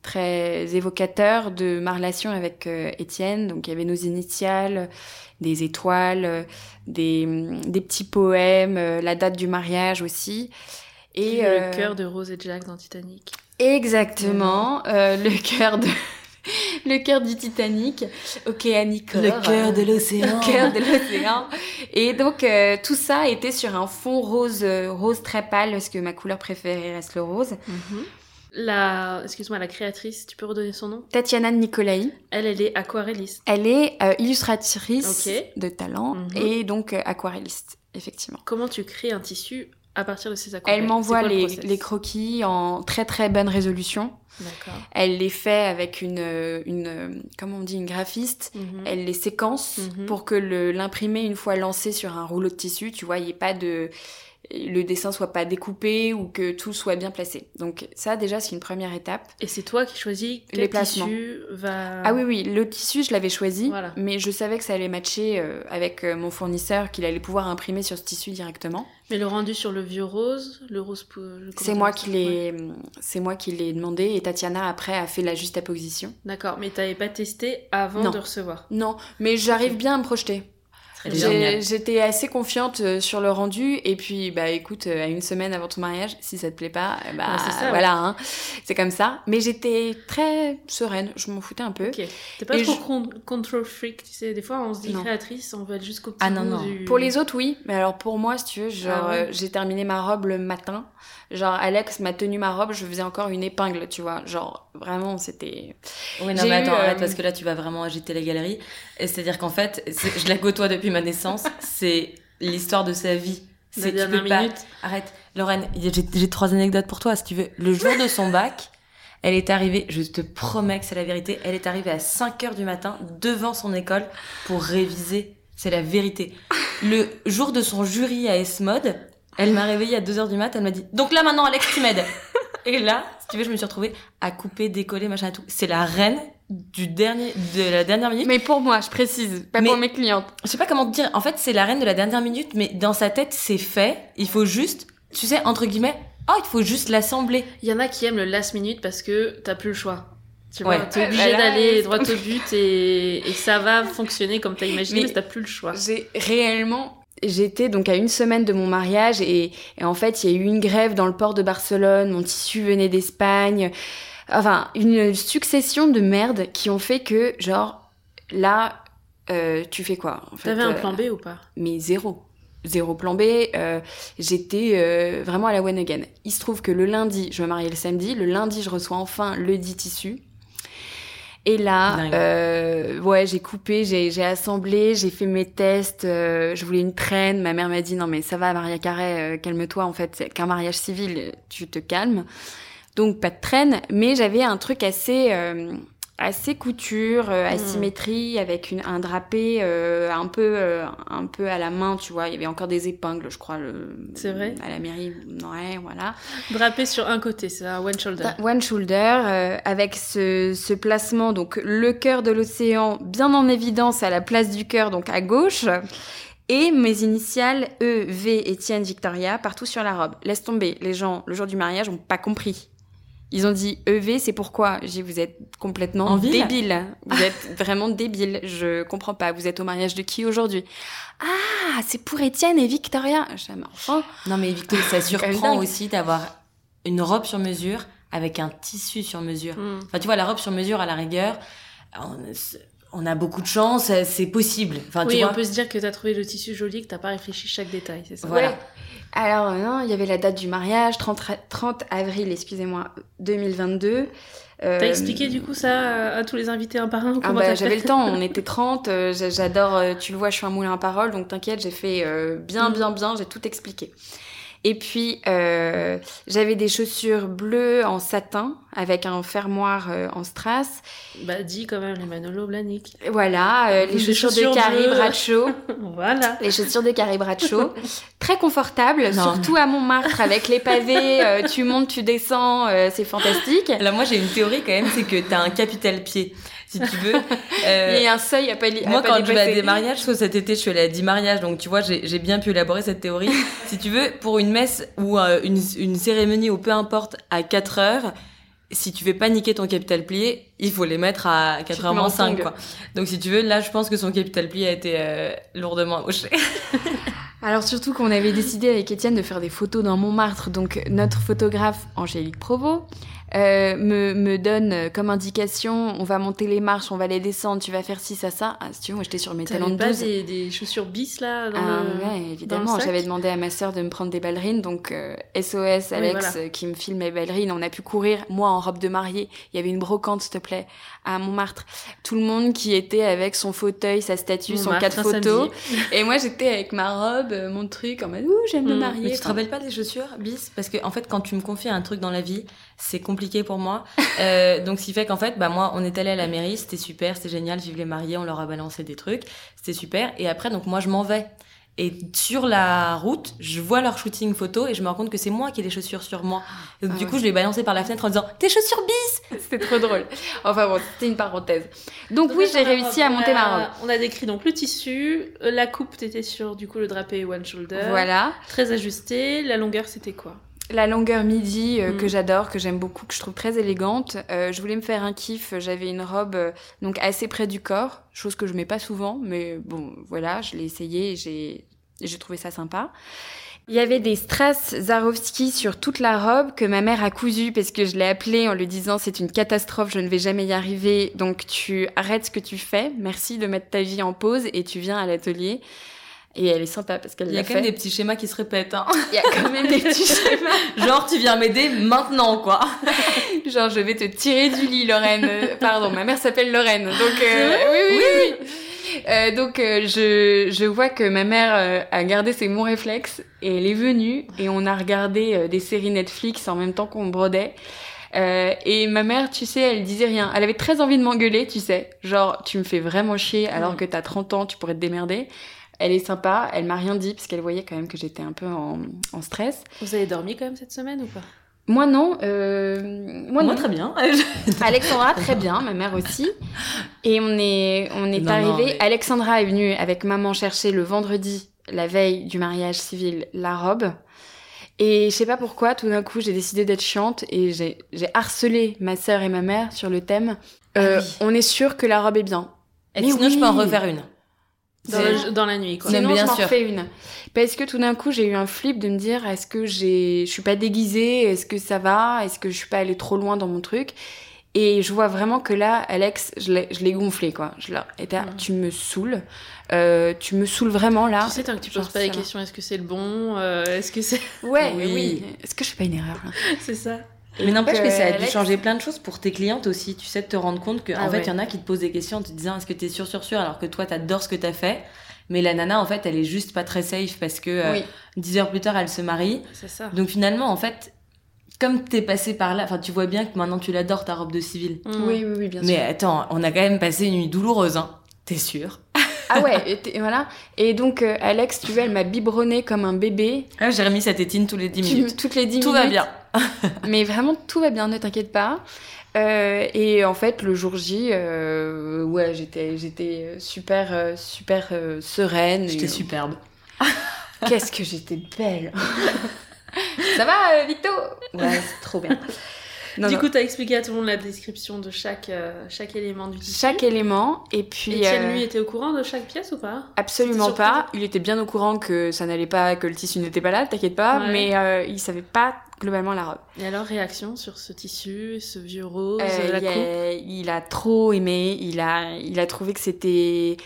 Speaker 3: très évocateur de ma relation avec euh, Étienne. Donc il y avait nos initiales, des étoiles, euh, des, des petits poèmes, euh, la date du mariage aussi.
Speaker 2: Et
Speaker 3: Et euh,
Speaker 2: le cœur de Rose et Jack dans Titanic.
Speaker 3: exactement, euh, le cœur de le cœur du Titanic, Océanicore.
Speaker 4: Le cœur de l'océan.
Speaker 3: Le cœur de l'océan. Et donc euh, tout ça était sur un fond rose, euh, rose très pâle parce que ma couleur préférée reste le rose.
Speaker 2: Mhm. La, excuse-moi, la créatrice, tu peux redonner son nom?
Speaker 3: Tatiana Nicolaï.
Speaker 2: Elle, elle est aquarelliste.
Speaker 3: Elle est euh, illustratrice
Speaker 2: Ok.
Speaker 3: de talent
Speaker 2: Mhm.
Speaker 3: et donc euh, aquarelliste, effectivement.
Speaker 2: Comment tu crées un tissu à partir de ces aquarelles?
Speaker 3: Elle m'envoie
Speaker 2: C'est quoi le
Speaker 3: les,
Speaker 2: process?
Speaker 3: les croquis en très très bonne résolution.
Speaker 2: D'accord.
Speaker 3: Elle les fait avec une, une comment on dit, une graphiste.
Speaker 2: Mhm.
Speaker 3: Elle les séquence
Speaker 2: Mhm.
Speaker 3: pour que le, l'imprimé, une fois lancé sur un rouleau de tissu, tu vois, il n'y ait pas de... le dessin soit pas découpé ou que tout soit bien placé. Donc ça, déjà, c'est une première étape.
Speaker 2: Et c'est toi qui choisis quel
Speaker 3: Les placements.
Speaker 2: tissu va...
Speaker 3: Ah oui, oui, le tissu, je l'avais choisi,
Speaker 2: Voilà.
Speaker 3: mais je savais que ça allait matcher euh, avec euh, mon fournisseur, qu'il allait pouvoir imprimer sur ce tissu directement.
Speaker 2: Mais le rendu sur le vieux rose, le rose... pou- le-
Speaker 3: C'est
Speaker 2: comment
Speaker 3: moi
Speaker 2: ça
Speaker 3: qui
Speaker 2: s'appelle?
Speaker 3: l'ai, c'est moi qui l'ai demandé, et Tatiana, après, a fait la juste apposition.
Speaker 2: D'accord, mais t'avais pas testé avant
Speaker 3: Non.
Speaker 2: de recevoir.
Speaker 3: Non, mais j'arrive
Speaker 2: Ok.
Speaker 3: bien à me projeter. J'ai, j'étais assez confiante euh, sur le rendu et puis bah écoute euh, à une semaine avant ton mariage si ça te plaît pas bah
Speaker 2: ouais, c'est ça,
Speaker 3: voilà
Speaker 2: ouais.
Speaker 3: hein, c'est comme ça mais j'étais très sereine, je m'en foutais un peu.
Speaker 2: Ok. T'es pas
Speaker 3: et
Speaker 2: trop
Speaker 3: je...
Speaker 2: con- control freak, tu sais, des fois on se dit
Speaker 3: non.
Speaker 2: créatrice, on veut être jusqu'au petit
Speaker 3: ah non
Speaker 2: bout
Speaker 3: non
Speaker 2: du...
Speaker 3: pour les autres oui mais alors pour moi si tu veux genre
Speaker 2: ah, ouais.
Speaker 3: euh, j'ai terminé ma robe le matin, genre Alex m'a tenu ma robe, je faisais encore une épingle tu vois, genre vraiment c'était
Speaker 4: oui non
Speaker 3: j'ai
Speaker 4: mais attends
Speaker 3: eu, euh...
Speaker 4: arrête parce que là tu vas vraiment agiter les galeries et c'est à dire qu'en fait c'est... je la côtoie depuis ma naissance, c'est l'histoire de sa vie.
Speaker 2: C'est la dernière
Speaker 4: pas...
Speaker 2: minute.
Speaker 4: Arrête, Lorraine, j'ai, j'ai trois anecdotes pour toi, si tu veux. Le jour de son bac, elle est arrivée, je te promets que c'est la vérité, elle est arrivée à cinq heures du matin devant son école pour réviser. C'est la vérité. Le jour de son jury à S-Mode, elle m'a réveillée à deux heures du mat, elle m'a dit « Donc là, maintenant, Alex, tu m'aides !» Et là, si tu veux, je me suis retrouvée à couper, décoller, machin et tout. C'est la reine du dernier, de la dernière minute.
Speaker 3: Mais pour moi, je précise, pas
Speaker 4: mais,
Speaker 3: pour mes clientes.
Speaker 4: Je sais pas comment te dire. En fait, c'est la reine de la dernière minute, mais dans sa tête, c'est fait. Il faut juste, tu sais, entre guillemets, oh, il faut juste l'assembler.
Speaker 2: Il y en a qui aiment le last minute parce que t'as plus le choix. Tu vois,
Speaker 4: ouais.
Speaker 2: t'es obligé
Speaker 3: bah là,
Speaker 2: d'aller droit au but et, et ça va fonctionner comme t'as imaginé, mais, mais t'as plus le choix.
Speaker 3: J'ai réellement... J'étais donc à une semaine de mon mariage et, et en fait, il y a eu une grève dans le port de Barcelone, mon tissu venait d'Espagne. Enfin, une succession de merdes qui ont fait que, genre, là, euh, tu fais quoi en fait,
Speaker 2: T'avais un
Speaker 3: euh,
Speaker 2: plan B ou pas?
Speaker 3: Mais zéro. Zéro plan B. Euh, j'étais euh, vraiment à la one again. Il se trouve que le lundi, je me mariais le samedi. Le lundi, je reçois enfin le dit tissu. Et là, euh, ouais, j'ai coupé, j'ai, j'ai assemblé, j'ai fait mes tests. Euh, je voulais une traîne. Ma mère m'a dit non mais ça va, Maria Carré, euh, calme-toi. En fait, c'est qu'un mariage civil, tu te calmes. Donc pas de traîne, mais j'avais un truc assez euh, assez couture, euh, asymétrie, mmh. avec une, un drapé euh, un peu euh, un peu à la main, tu vois. Il y avait encore des épingles, je crois. Le,
Speaker 2: c'est vrai.
Speaker 3: À la mairie, ouais, voilà.
Speaker 2: Drapé sur un côté, c'est un one shoulder.
Speaker 3: One shoulder, euh, avec ce, ce placement, donc le cœur de l'océan bien en évidence à la place du cœur, donc à gauche. Et mes initiales E, V, Étienne, Victoria, partout sur la robe. Laisse tomber, les gens, le jour du mariage, ont pas compris. Ils ont dit E V, c'est pourquoi? J'ai dit, vous êtes complètement débile. Vous êtes vraiment débile. Je comprends pas. Vous êtes au mariage de qui aujourd'hui? Ah, c'est pour Étienne et Victoria. Je dis, enfin.
Speaker 4: Non, mais Victoria, ça surprend aussi d'avoir une robe sur mesure avec un tissu sur mesure. Mm. Enfin, tu vois, la robe sur mesure, à la rigueur, on, on a beaucoup de chance, c'est possible. Enfin,
Speaker 2: oui,
Speaker 4: tu vois.
Speaker 2: On peut se dire que t'as trouvé le tissu joli, que t'as pas réfléchi chaque détail, c'est ça?
Speaker 3: Voilà. Ouais. Alors, non, il y avait la date du mariage, trente avril, excusez-moi, deux mille vingt-deux.
Speaker 2: Euh... T'as expliqué du coup ça à, à tous les invités un par un?
Speaker 3: Ah bah, j'avais le temps, on était trente, euh, j'adore, euh, tu le vois, je suis un moulin à parole, donc t'inquiète, j'ai fait euh, bien, bien, bien, j'ai tout expliqué. Et puis, euh, j'avais des chaussures bleues en satin, avec un fermoir euh, en strass.
Speaker 2: Bah, dis quand même, les Manolo Blahnik.
Speaker 3: Voilà, euh, les chaussures, chaussures de Carrie Bradshaw.
Speaker 2: Voilà.
Speaker 3: Les chaussures de Carrie Bradshaw. Très confortables, non. Surtout à Montmartre, avec les pavés, euh, tu montes, tu descends, euh, c'est fantastique.
Speaker 4: Là, moi, j'ai une théorie quand même, c'est que t'as un capital pied. Si tu veux.
Speaker 3: Euh, il y a un seuil à pas li-
Speaker 4: Moi,
Speaker 3: à pas
Speaker 4: quand
Speaker 3: dépasser.
Speaker 4: je vais à des mariages, soit cet été, je suis allée à dix mariages, donc tu vois, j'ai, j'ai bien pu élaborer cette théorie. Si tu veux, pour une messe ou euh, une, une cérémonie ou peu importe, à quatre heures, si tu fais pas niquer ton capital plié, il faut les mettre à quatre heures moins cinq, quoi. Donc si tu veux, là, je pense que son capital plié a été euh, lourdement embauché.
Speaker 3: Alors surtout qu'on avait décidé avec Étienne de faire des photos dans Montmartre, donc notre photographe Angélique Provost euh, me, me donne comme indication, on va monter les marches, on va les descendre, tu vas faire ci, ça, ça. Ah, si tu veux, moi j'étais sur mes talons de douze.
Speaker 2: T'avais pas des, des chaussures bis là dans
Speaker 3: ah,
Speaker 2: le...
Speaker 3: Ouais, évidemment, j'avais demandé à ma sœur de me prendre des ballerines, donc euh, S O S Alex oui, voilà. qui me filme mes ballerines, on a pu courir, moi en robe de mariée, il y avait une brocante s'il te plaît, à Montmartre. Tout le monde qui était avec son fauteuil, sa statue, Montmartre, son quatre photos, et moi j'étais avec ma robe, mon truc, en mode ouh j'aime mmh. me marier.
Speaker 4: Mais tu te rappelles pas des chaussures bis? Parce que en fait quand tu me confies un truc dans la vie, c'est compliqué pour moi. euh, donc ce qui fait qu'en fait bah moi on est allé à la mairie, c'était super, c'était génial, vive les mariés, on leur a balancé des trucs, c'était super. Et après donc moi je m'en vais. Et sur la route, je vois leur shooting photo et je me rends compte que c'est moi qui ai les chaussures sur moi. Et donc, ah, du coup, ouais. je les ai balancées par la fenêtre en disant « Tes chaussures bis !»
Speaker 3: C'était trop drôle. Enfin bon, c'était une parenthèse. Donc, donc oui, j'ai réussi à monter
Speaker 2: a,
Speaker 3: ma robe.
Speaker 2: On a décrit donc le tissu, la coupe, t'étais sur du coup le drapé one shoulder.
Speaker 3: Voilà.
Speaker 2: Très ajusté. La longueur, c'était quoi?
Speaker 3: La longueur midi euh,
Speaker 2: Mm.
Speaker 3: que j'adore, que j'aime beaucoup, que je trouve très élégante. Euh, je voulais me faire un kiff. J'avais une robe euh, donc assez près du corps, chose que je mets pas souvent, mais bon, voilà, je l'ai essayé et j'ai, et j'ai trouvé ça sympa. Il y avait des strass Swarovski sur toute la robe que ma mère a cousu parce que je l'ai appelée en lui disant c'est une catastrophe, je ne vais jamais y arriver, donc tu arrêtes ce que tu fais, merci de mettre ta vie en pause et tu viens à l'atelier. Et elle est sympa parce qu'elle
Speaker 4: Il y a
Speaker 3: l'a
Speaker 4: quand
Speaker 3: fait.
Speaker 4: même des petits schémas qui se répètent. Hein.
Speaker 3: Il y a quand même des petits schémas.
Speaker 4: Genre, tu viens m'aider maintenant, quoi.
Speaker 3: Genre, je vais te tirer du lit, Lorraine. Euh, Pardon, ma mère s'appelle Lorraine. Donc, euh, oui, oui, oui. oui. Euh, donc, euh, je, je vois que ma mère euh, a gardé ses bons réflexes et elle est venue et on a regardé euh, des séries Netflix en même temps qu'on brodait. Euh, et ma mère, tu sais, elle disait rien. Elle avait très envie de m'engueuler, tu sais. Genre, tu me fais vraiment chier alors que t'as trente ans, tu pourrais te démerder. Elle est sympa, elle m'a rien dit parce qu'elle voyait quand même que j'étais un peu en, en stress.
Speaker 2: Vous avez dormi quand même cette semaine ou pas?
Speaker 3: Moi non, euh, moi,
Speaker 4: Moi,
Speaker 3: non.
Speaker 4: très bien.
Speaker 3: Alexandra très bien, ma mère aussi. Et on est on est
Speaker 4: Non,
Speaker 3: arrivé.
Speaker 4: non, mais-
Speaker 3: Alexandra est venue avec maman chercher le vendredi, la veille du mariage civil, la robe. Et je sais pas pourquoi, tout d'un coup, j'ai décidé d'être chiante et j'ai j'ai harcelé ma sœur et ma mère sur le thème. Euh,
Speaker 4: Ah oui.
Speaker 3: On est sûr que la robe est bien.
Speaker 4: Et
Speaker 3: Mais
Speaker 4: sinon,
Speaker 3: oui.
Speaker 4: je peux en refaire une.
Speaker 2: Dans,
Speaker 3: C'est-
Speaker 2: le- dans la nuit, quoi.
Speaker 4: Mais
Speaker 3: Sinon,
Speaker 4: bien
Speaker 3: je m'en
Speaker 4: sûr.
Speaker 3: refais une. Parce que tout d'un coup, j'ai eu un flip de me dire, est-ce que j'ai, je suis pas déguisée? Est-ce que ça va? Est-ce que je suis pas allée trop loin dans mon truc? Et je vois vraiment que là, Alex, je l'ai, je l'ai gonflé, quoi. Je l'ai, et t'as,
Speaker 2: Mm.
Speaker 3: tu me saoules. Euh, tu me saoules vraiment, là.
Speaker 2: Tu sais, tant que tu
Speaker 3: Genre,
Speaker 2: poses pas les
Speaker 3: ça va.
Speaker 2: questions, est-ce que c'est le bon, euh, est-ce que c'est...
Speaker 3: Ouais,
Speaker 4: Oui.
Speaker 3: oui. Est-ce que je fais pas une erreur, là?
Speaker 2: c'est ça.
Speaker 4: Mais n'empêche
Speaker 3: Donc,
Speaker 4: que ça a
Speaker 3: euh,
Speaker 4: dû
Speaker 3: Alex-
Speaker 4: changer plein de choses pour tes clientes aussi. Tu sais, de te rendre compte qu'en
Speaker 2: Ah
Speaker 4: fait,
Speaker 2: ouais.
Speaker 4: il y en a qui te posent des questions en te disant est-ce que t'es sûr, sûr, sûr, alors que toi, t'adores ce que t'as fait. Mais la nana, en fait, elle est juste pas très safe parce que euh,
Speaker 3: Oui.
Speaker 4: dix heures plus tard, elle se marie.
Speaker 2: C'est ça.
Speaker 4: Donc finalement, en fait, comme t'es passé par là, enfin, tu vois bien que maintenant tu l'adores ta robe de civil.
Speaker 2: Mm.
Speaker 3: Oui, oui, oui, bien
Speaker 4: Mais
Speaker 3: sûr.
Speaker 4: attends, on a quand même passé une nuit douloureuse, hein. T'es sûr?
Speaker 3: Ah ouais, et, t'es- et voilà. Et donc, euh, Alex, tu vois, elle m'a biberonné comme un bébé.
Speaker 4: Ah, j'ai remis sa tétine tous les dix
Speaker 3: Tu-
Speaker 4: minutes.
Speaker 3: Toutes les dix
Speaker 4: Tout
Speaker 3: minutes.
Speaker 4: va bien.
Speaker 3: Mais vraiment, tout va bien, ne t'inquiète pas. Euh, et en fait, le jour J, euh, ouais, j'étais, j'étais super, euh, super euh, sereine.
Speaker 4: J'étais
Speaker 3: Et-
Speaker 4: superbe.
Speaker 3: Qu'est-ce que j'étais belle. Ça va, euh, Victo? Ouais, c'est trop bien. Non,
Speaker 2: du
Speaker 3: non.
Speaker 2: coup, t'as expliqué à tout le monde la description de chaque, euh, chaque élément du tissu.
Speaker 3: Chaque élément, et puis...
Speaker 2: Etienne,
Speaker 3: euh,
Speaker 2: lui, était au courant de chaque pièce ou pas?
Speaker 3: Absolument
Speaker 2: C'était
Speaker 3: pas.
Speaker 2: surprise.
Speaker 3: Il était bien au courant que ça n'allait pas, que le tissu n'était pas là, t'inquiète pas,
Speaker 2: Ouais.
Speaker 3: mais euh, il savait pas globalement la robe.
Speaker 2: Et alors, réaction sur ce tissu, ce vieux rose,
Speaker 3: Euh,
Speaker 2: la
Speaker 3: il, a,
Speaker 2: coupe?
Speaker 3: il a trop aimé, il a, il a trouvé que c'était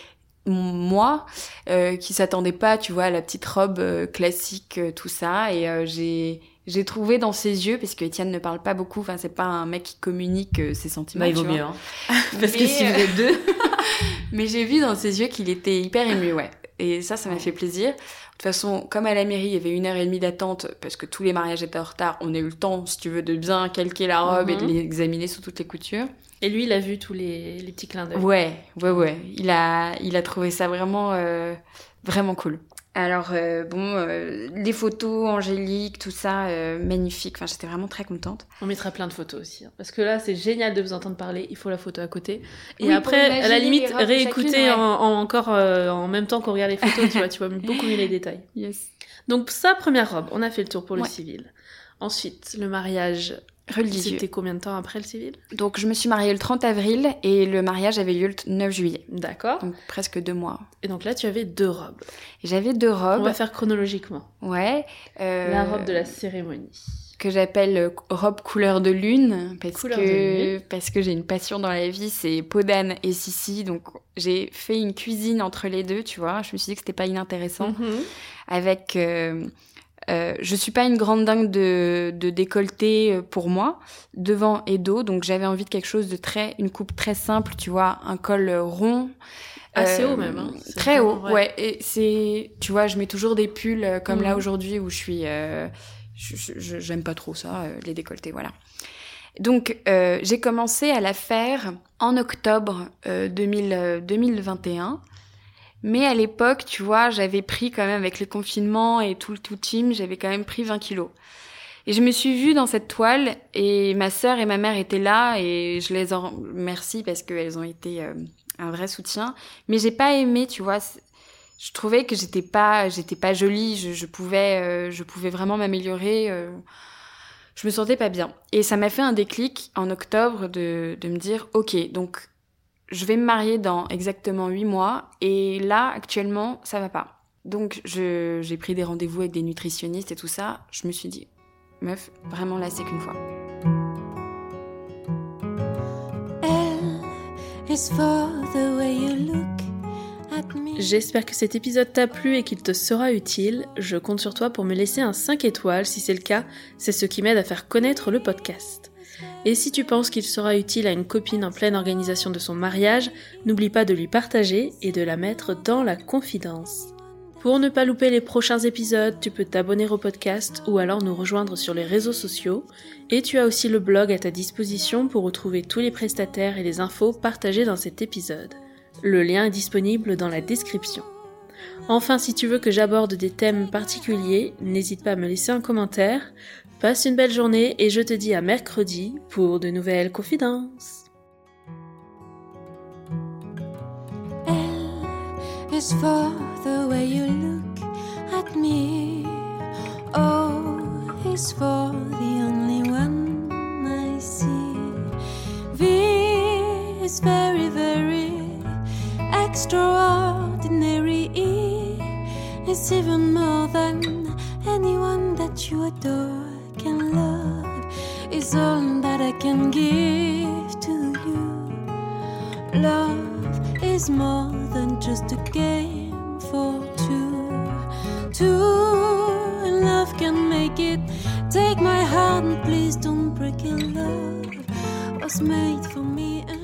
Speaker 3: moi euh, qui s'attendait pas, tu vois, à la petite robe euh, classique, euh, tout ça, et euh, j'ai j'ai trouvé dans ses yeux, parce que Étienne ne parle pas beaucoup, enfin c'est pas un mec qui communique euh, ses sentiments,
Speaker 4: Bah, il
Speaker 3: tu
Speaker 4: vaut
Speaker 3: vois.
Speaker 4: mieux, hein. Parce que
Speaker 3: Mais,
Speaker 4: si
Speaker 3: euh,
Speaker 4: vous êtes deux.
Speaker 3: Mais j'ai vu dans ses yeux qu'il était hyper ému, ouais. Et ça, ça m'a fait plaisir. De toute façon, comme à la mairie, il y avait une heure et demie d'attente, parce que tous les mariages étaient en retard, on a eu le temps, si tu veux, de bien calquer la robe et de
Speaker 2: Mhm.
Speaker 3: l'examiner sous toutes les coutures.
Speaker 2: Et lui, il a vu tous les, les petits clins d'œil.
Speaker 3: Ouais, ouais, ouais. Il a, il a trouvé ça vraiment, euh, vraiment cool. Alors, euh, bon, euh, les photos, Angélique, tout ça, euh, magnifique. Enfin, j'étais vraiment très contente.
Speaker 2: On mettra plein de photos aussi. hein. Parce que là, c'est génial de vous entendre parler. Il faut la photo à côté. Et
Speaker 3: Oui, pour
Speaker 2: après, à la
Speaker 3: imaginer
Speaker 2: limite,
Speaker 3: les robes de
Speaker 2: réécouter
Speaker 3: chacune, ouais.
Speaker 2: en, en- encore euh, en même temps qu'on regarde les photos, tu vois, tu vois beaucoup mieux les détails.
Speaker 3: Yes.
Speaker 2: Donc, sa première robe, on a fait le tour pour le
Speaker 3: Ouais.
Speaker 2: civil. Ensuite, le mariage,
Speaker 3: Religieux.
Speaker 2: c'était combien de temps après le civil?
Speaker 3: Donc, je me suis mariée le trente avril et le mariage avait lieu le neuf juillet.
Speaker 2: D'accord.
Speaker 3: Donc, presque deux mois.
Speaker 2: Et donc là, tu avais deux robes.
Speaker 3: Et j'avais deux
Speaker 2: On
Speaker 3: robes.
Speaker 2: va faire chronologiquement.
Speaker 3: Ouais. euh,
Speaker 2: La robe de la cérémonie.
Speaker 3: que j'appelle euh, robe couleur de lune parce
Speaker 2: Couleur de
Speaker 3: que
Speaker 2: lune.
Speaker 3: parce que j'ai une passion dans la vie, c'est peau d'âne et Sissi, donc j'ai fait une cuisine entre les deux, tu vois. Je me suis dit que c'était pas inintéressant
Speaker 2: Mhm.
Speaker 3: avec euh, euh, je suis pas une grande dingue de, de décolleté euh, pour moi, devant et dos, donc j'avais envie de quelque chose de très, une coupe très simple, tu vois, un col euh, rond.
Speaker 2: Assez
Speaker 3: Euh,
Speaker 2: haut même. Hein. C'est
Speaker 3: Très haut,
Speaker 2: vraiment-
Speaker 3: ouais. Et c'est, tu vois, je mets toujours des pulls euh, comme
Speaker 2: Mhm.
Speaker 3: là aujourd'hui où je suis, euh, je- je- je- j'aime pas trop ça, euh, les décolletés, voilà. Donc euh, j'ai commencé à la faire en octobre euh, deux mille, euh, deux mille vingt et un. Mais à l'époque, tu vois, j'avais pris quand même avec les confinements et tout le tout team, j'avais quand même pris vingt kilos. Et je me suis vue dans cette toile et ma sœur et ma mère étaient là et je les en remercie parce qu'elles ont été euh, un vrai soutien. Mais j'ai pas aimé, tu vois, c- je trouvais que j'étais pas, j'étais pas jolie, je, je pouvais, euh, je pouvais vraiment m'améliorer. Euh, je me sentais pas bien. Et ça m'a fait un déclic en octobre de, de me dire, ok, donc je vais me marier dans exactement huit mois, et là, actuellement, ça va pas. Donc, je, j'ai pris des rendez-vous avec des nutritionnistes et tout ça. Je me suis dit, meuf, vraiment là, c'est qu'une fois.
Speaker 1: L is for the way you look at me.
Speaker 2: J'espère que cet épisode t'a plu et qu'il te sera utile. Je compte sur toi pour me laisser un cinq étoiles. Si c'est le cas, c'est ce qui m'aide à faire connaître le podcast. Et si tu penses qu'il sera utile à une copine en pleine organisation de son mariage, n'oublie pas de lui partager et de la mettre dans la confidence. Pour ne pas louper les prochains épisodes, tu peux t'abonner au podcast ou alors nous rejoindre sur les réseaux sociaux. Et tu as aussi le blog à ta disposition pour retrouver tous les prestataires et les infos partagées dans cet épisode. Le lien est disponible dans la description. Enfin, si tu veux que j'aborde des thèmes particuliers, n'hésite pas à me laisser un commentaire. Passe une belle journée et je te dis à mercredi pour de nouvelles confidences.
Speaker 1: L is for the way you look at me. O is for the only one I see. V is very, very extraordinary. E is even more than anyone that you adore can love. Is all that I can give to you. Love is more than just a game for two. Two, and love can make it. Take my heart and please don't break it. Love was made for me and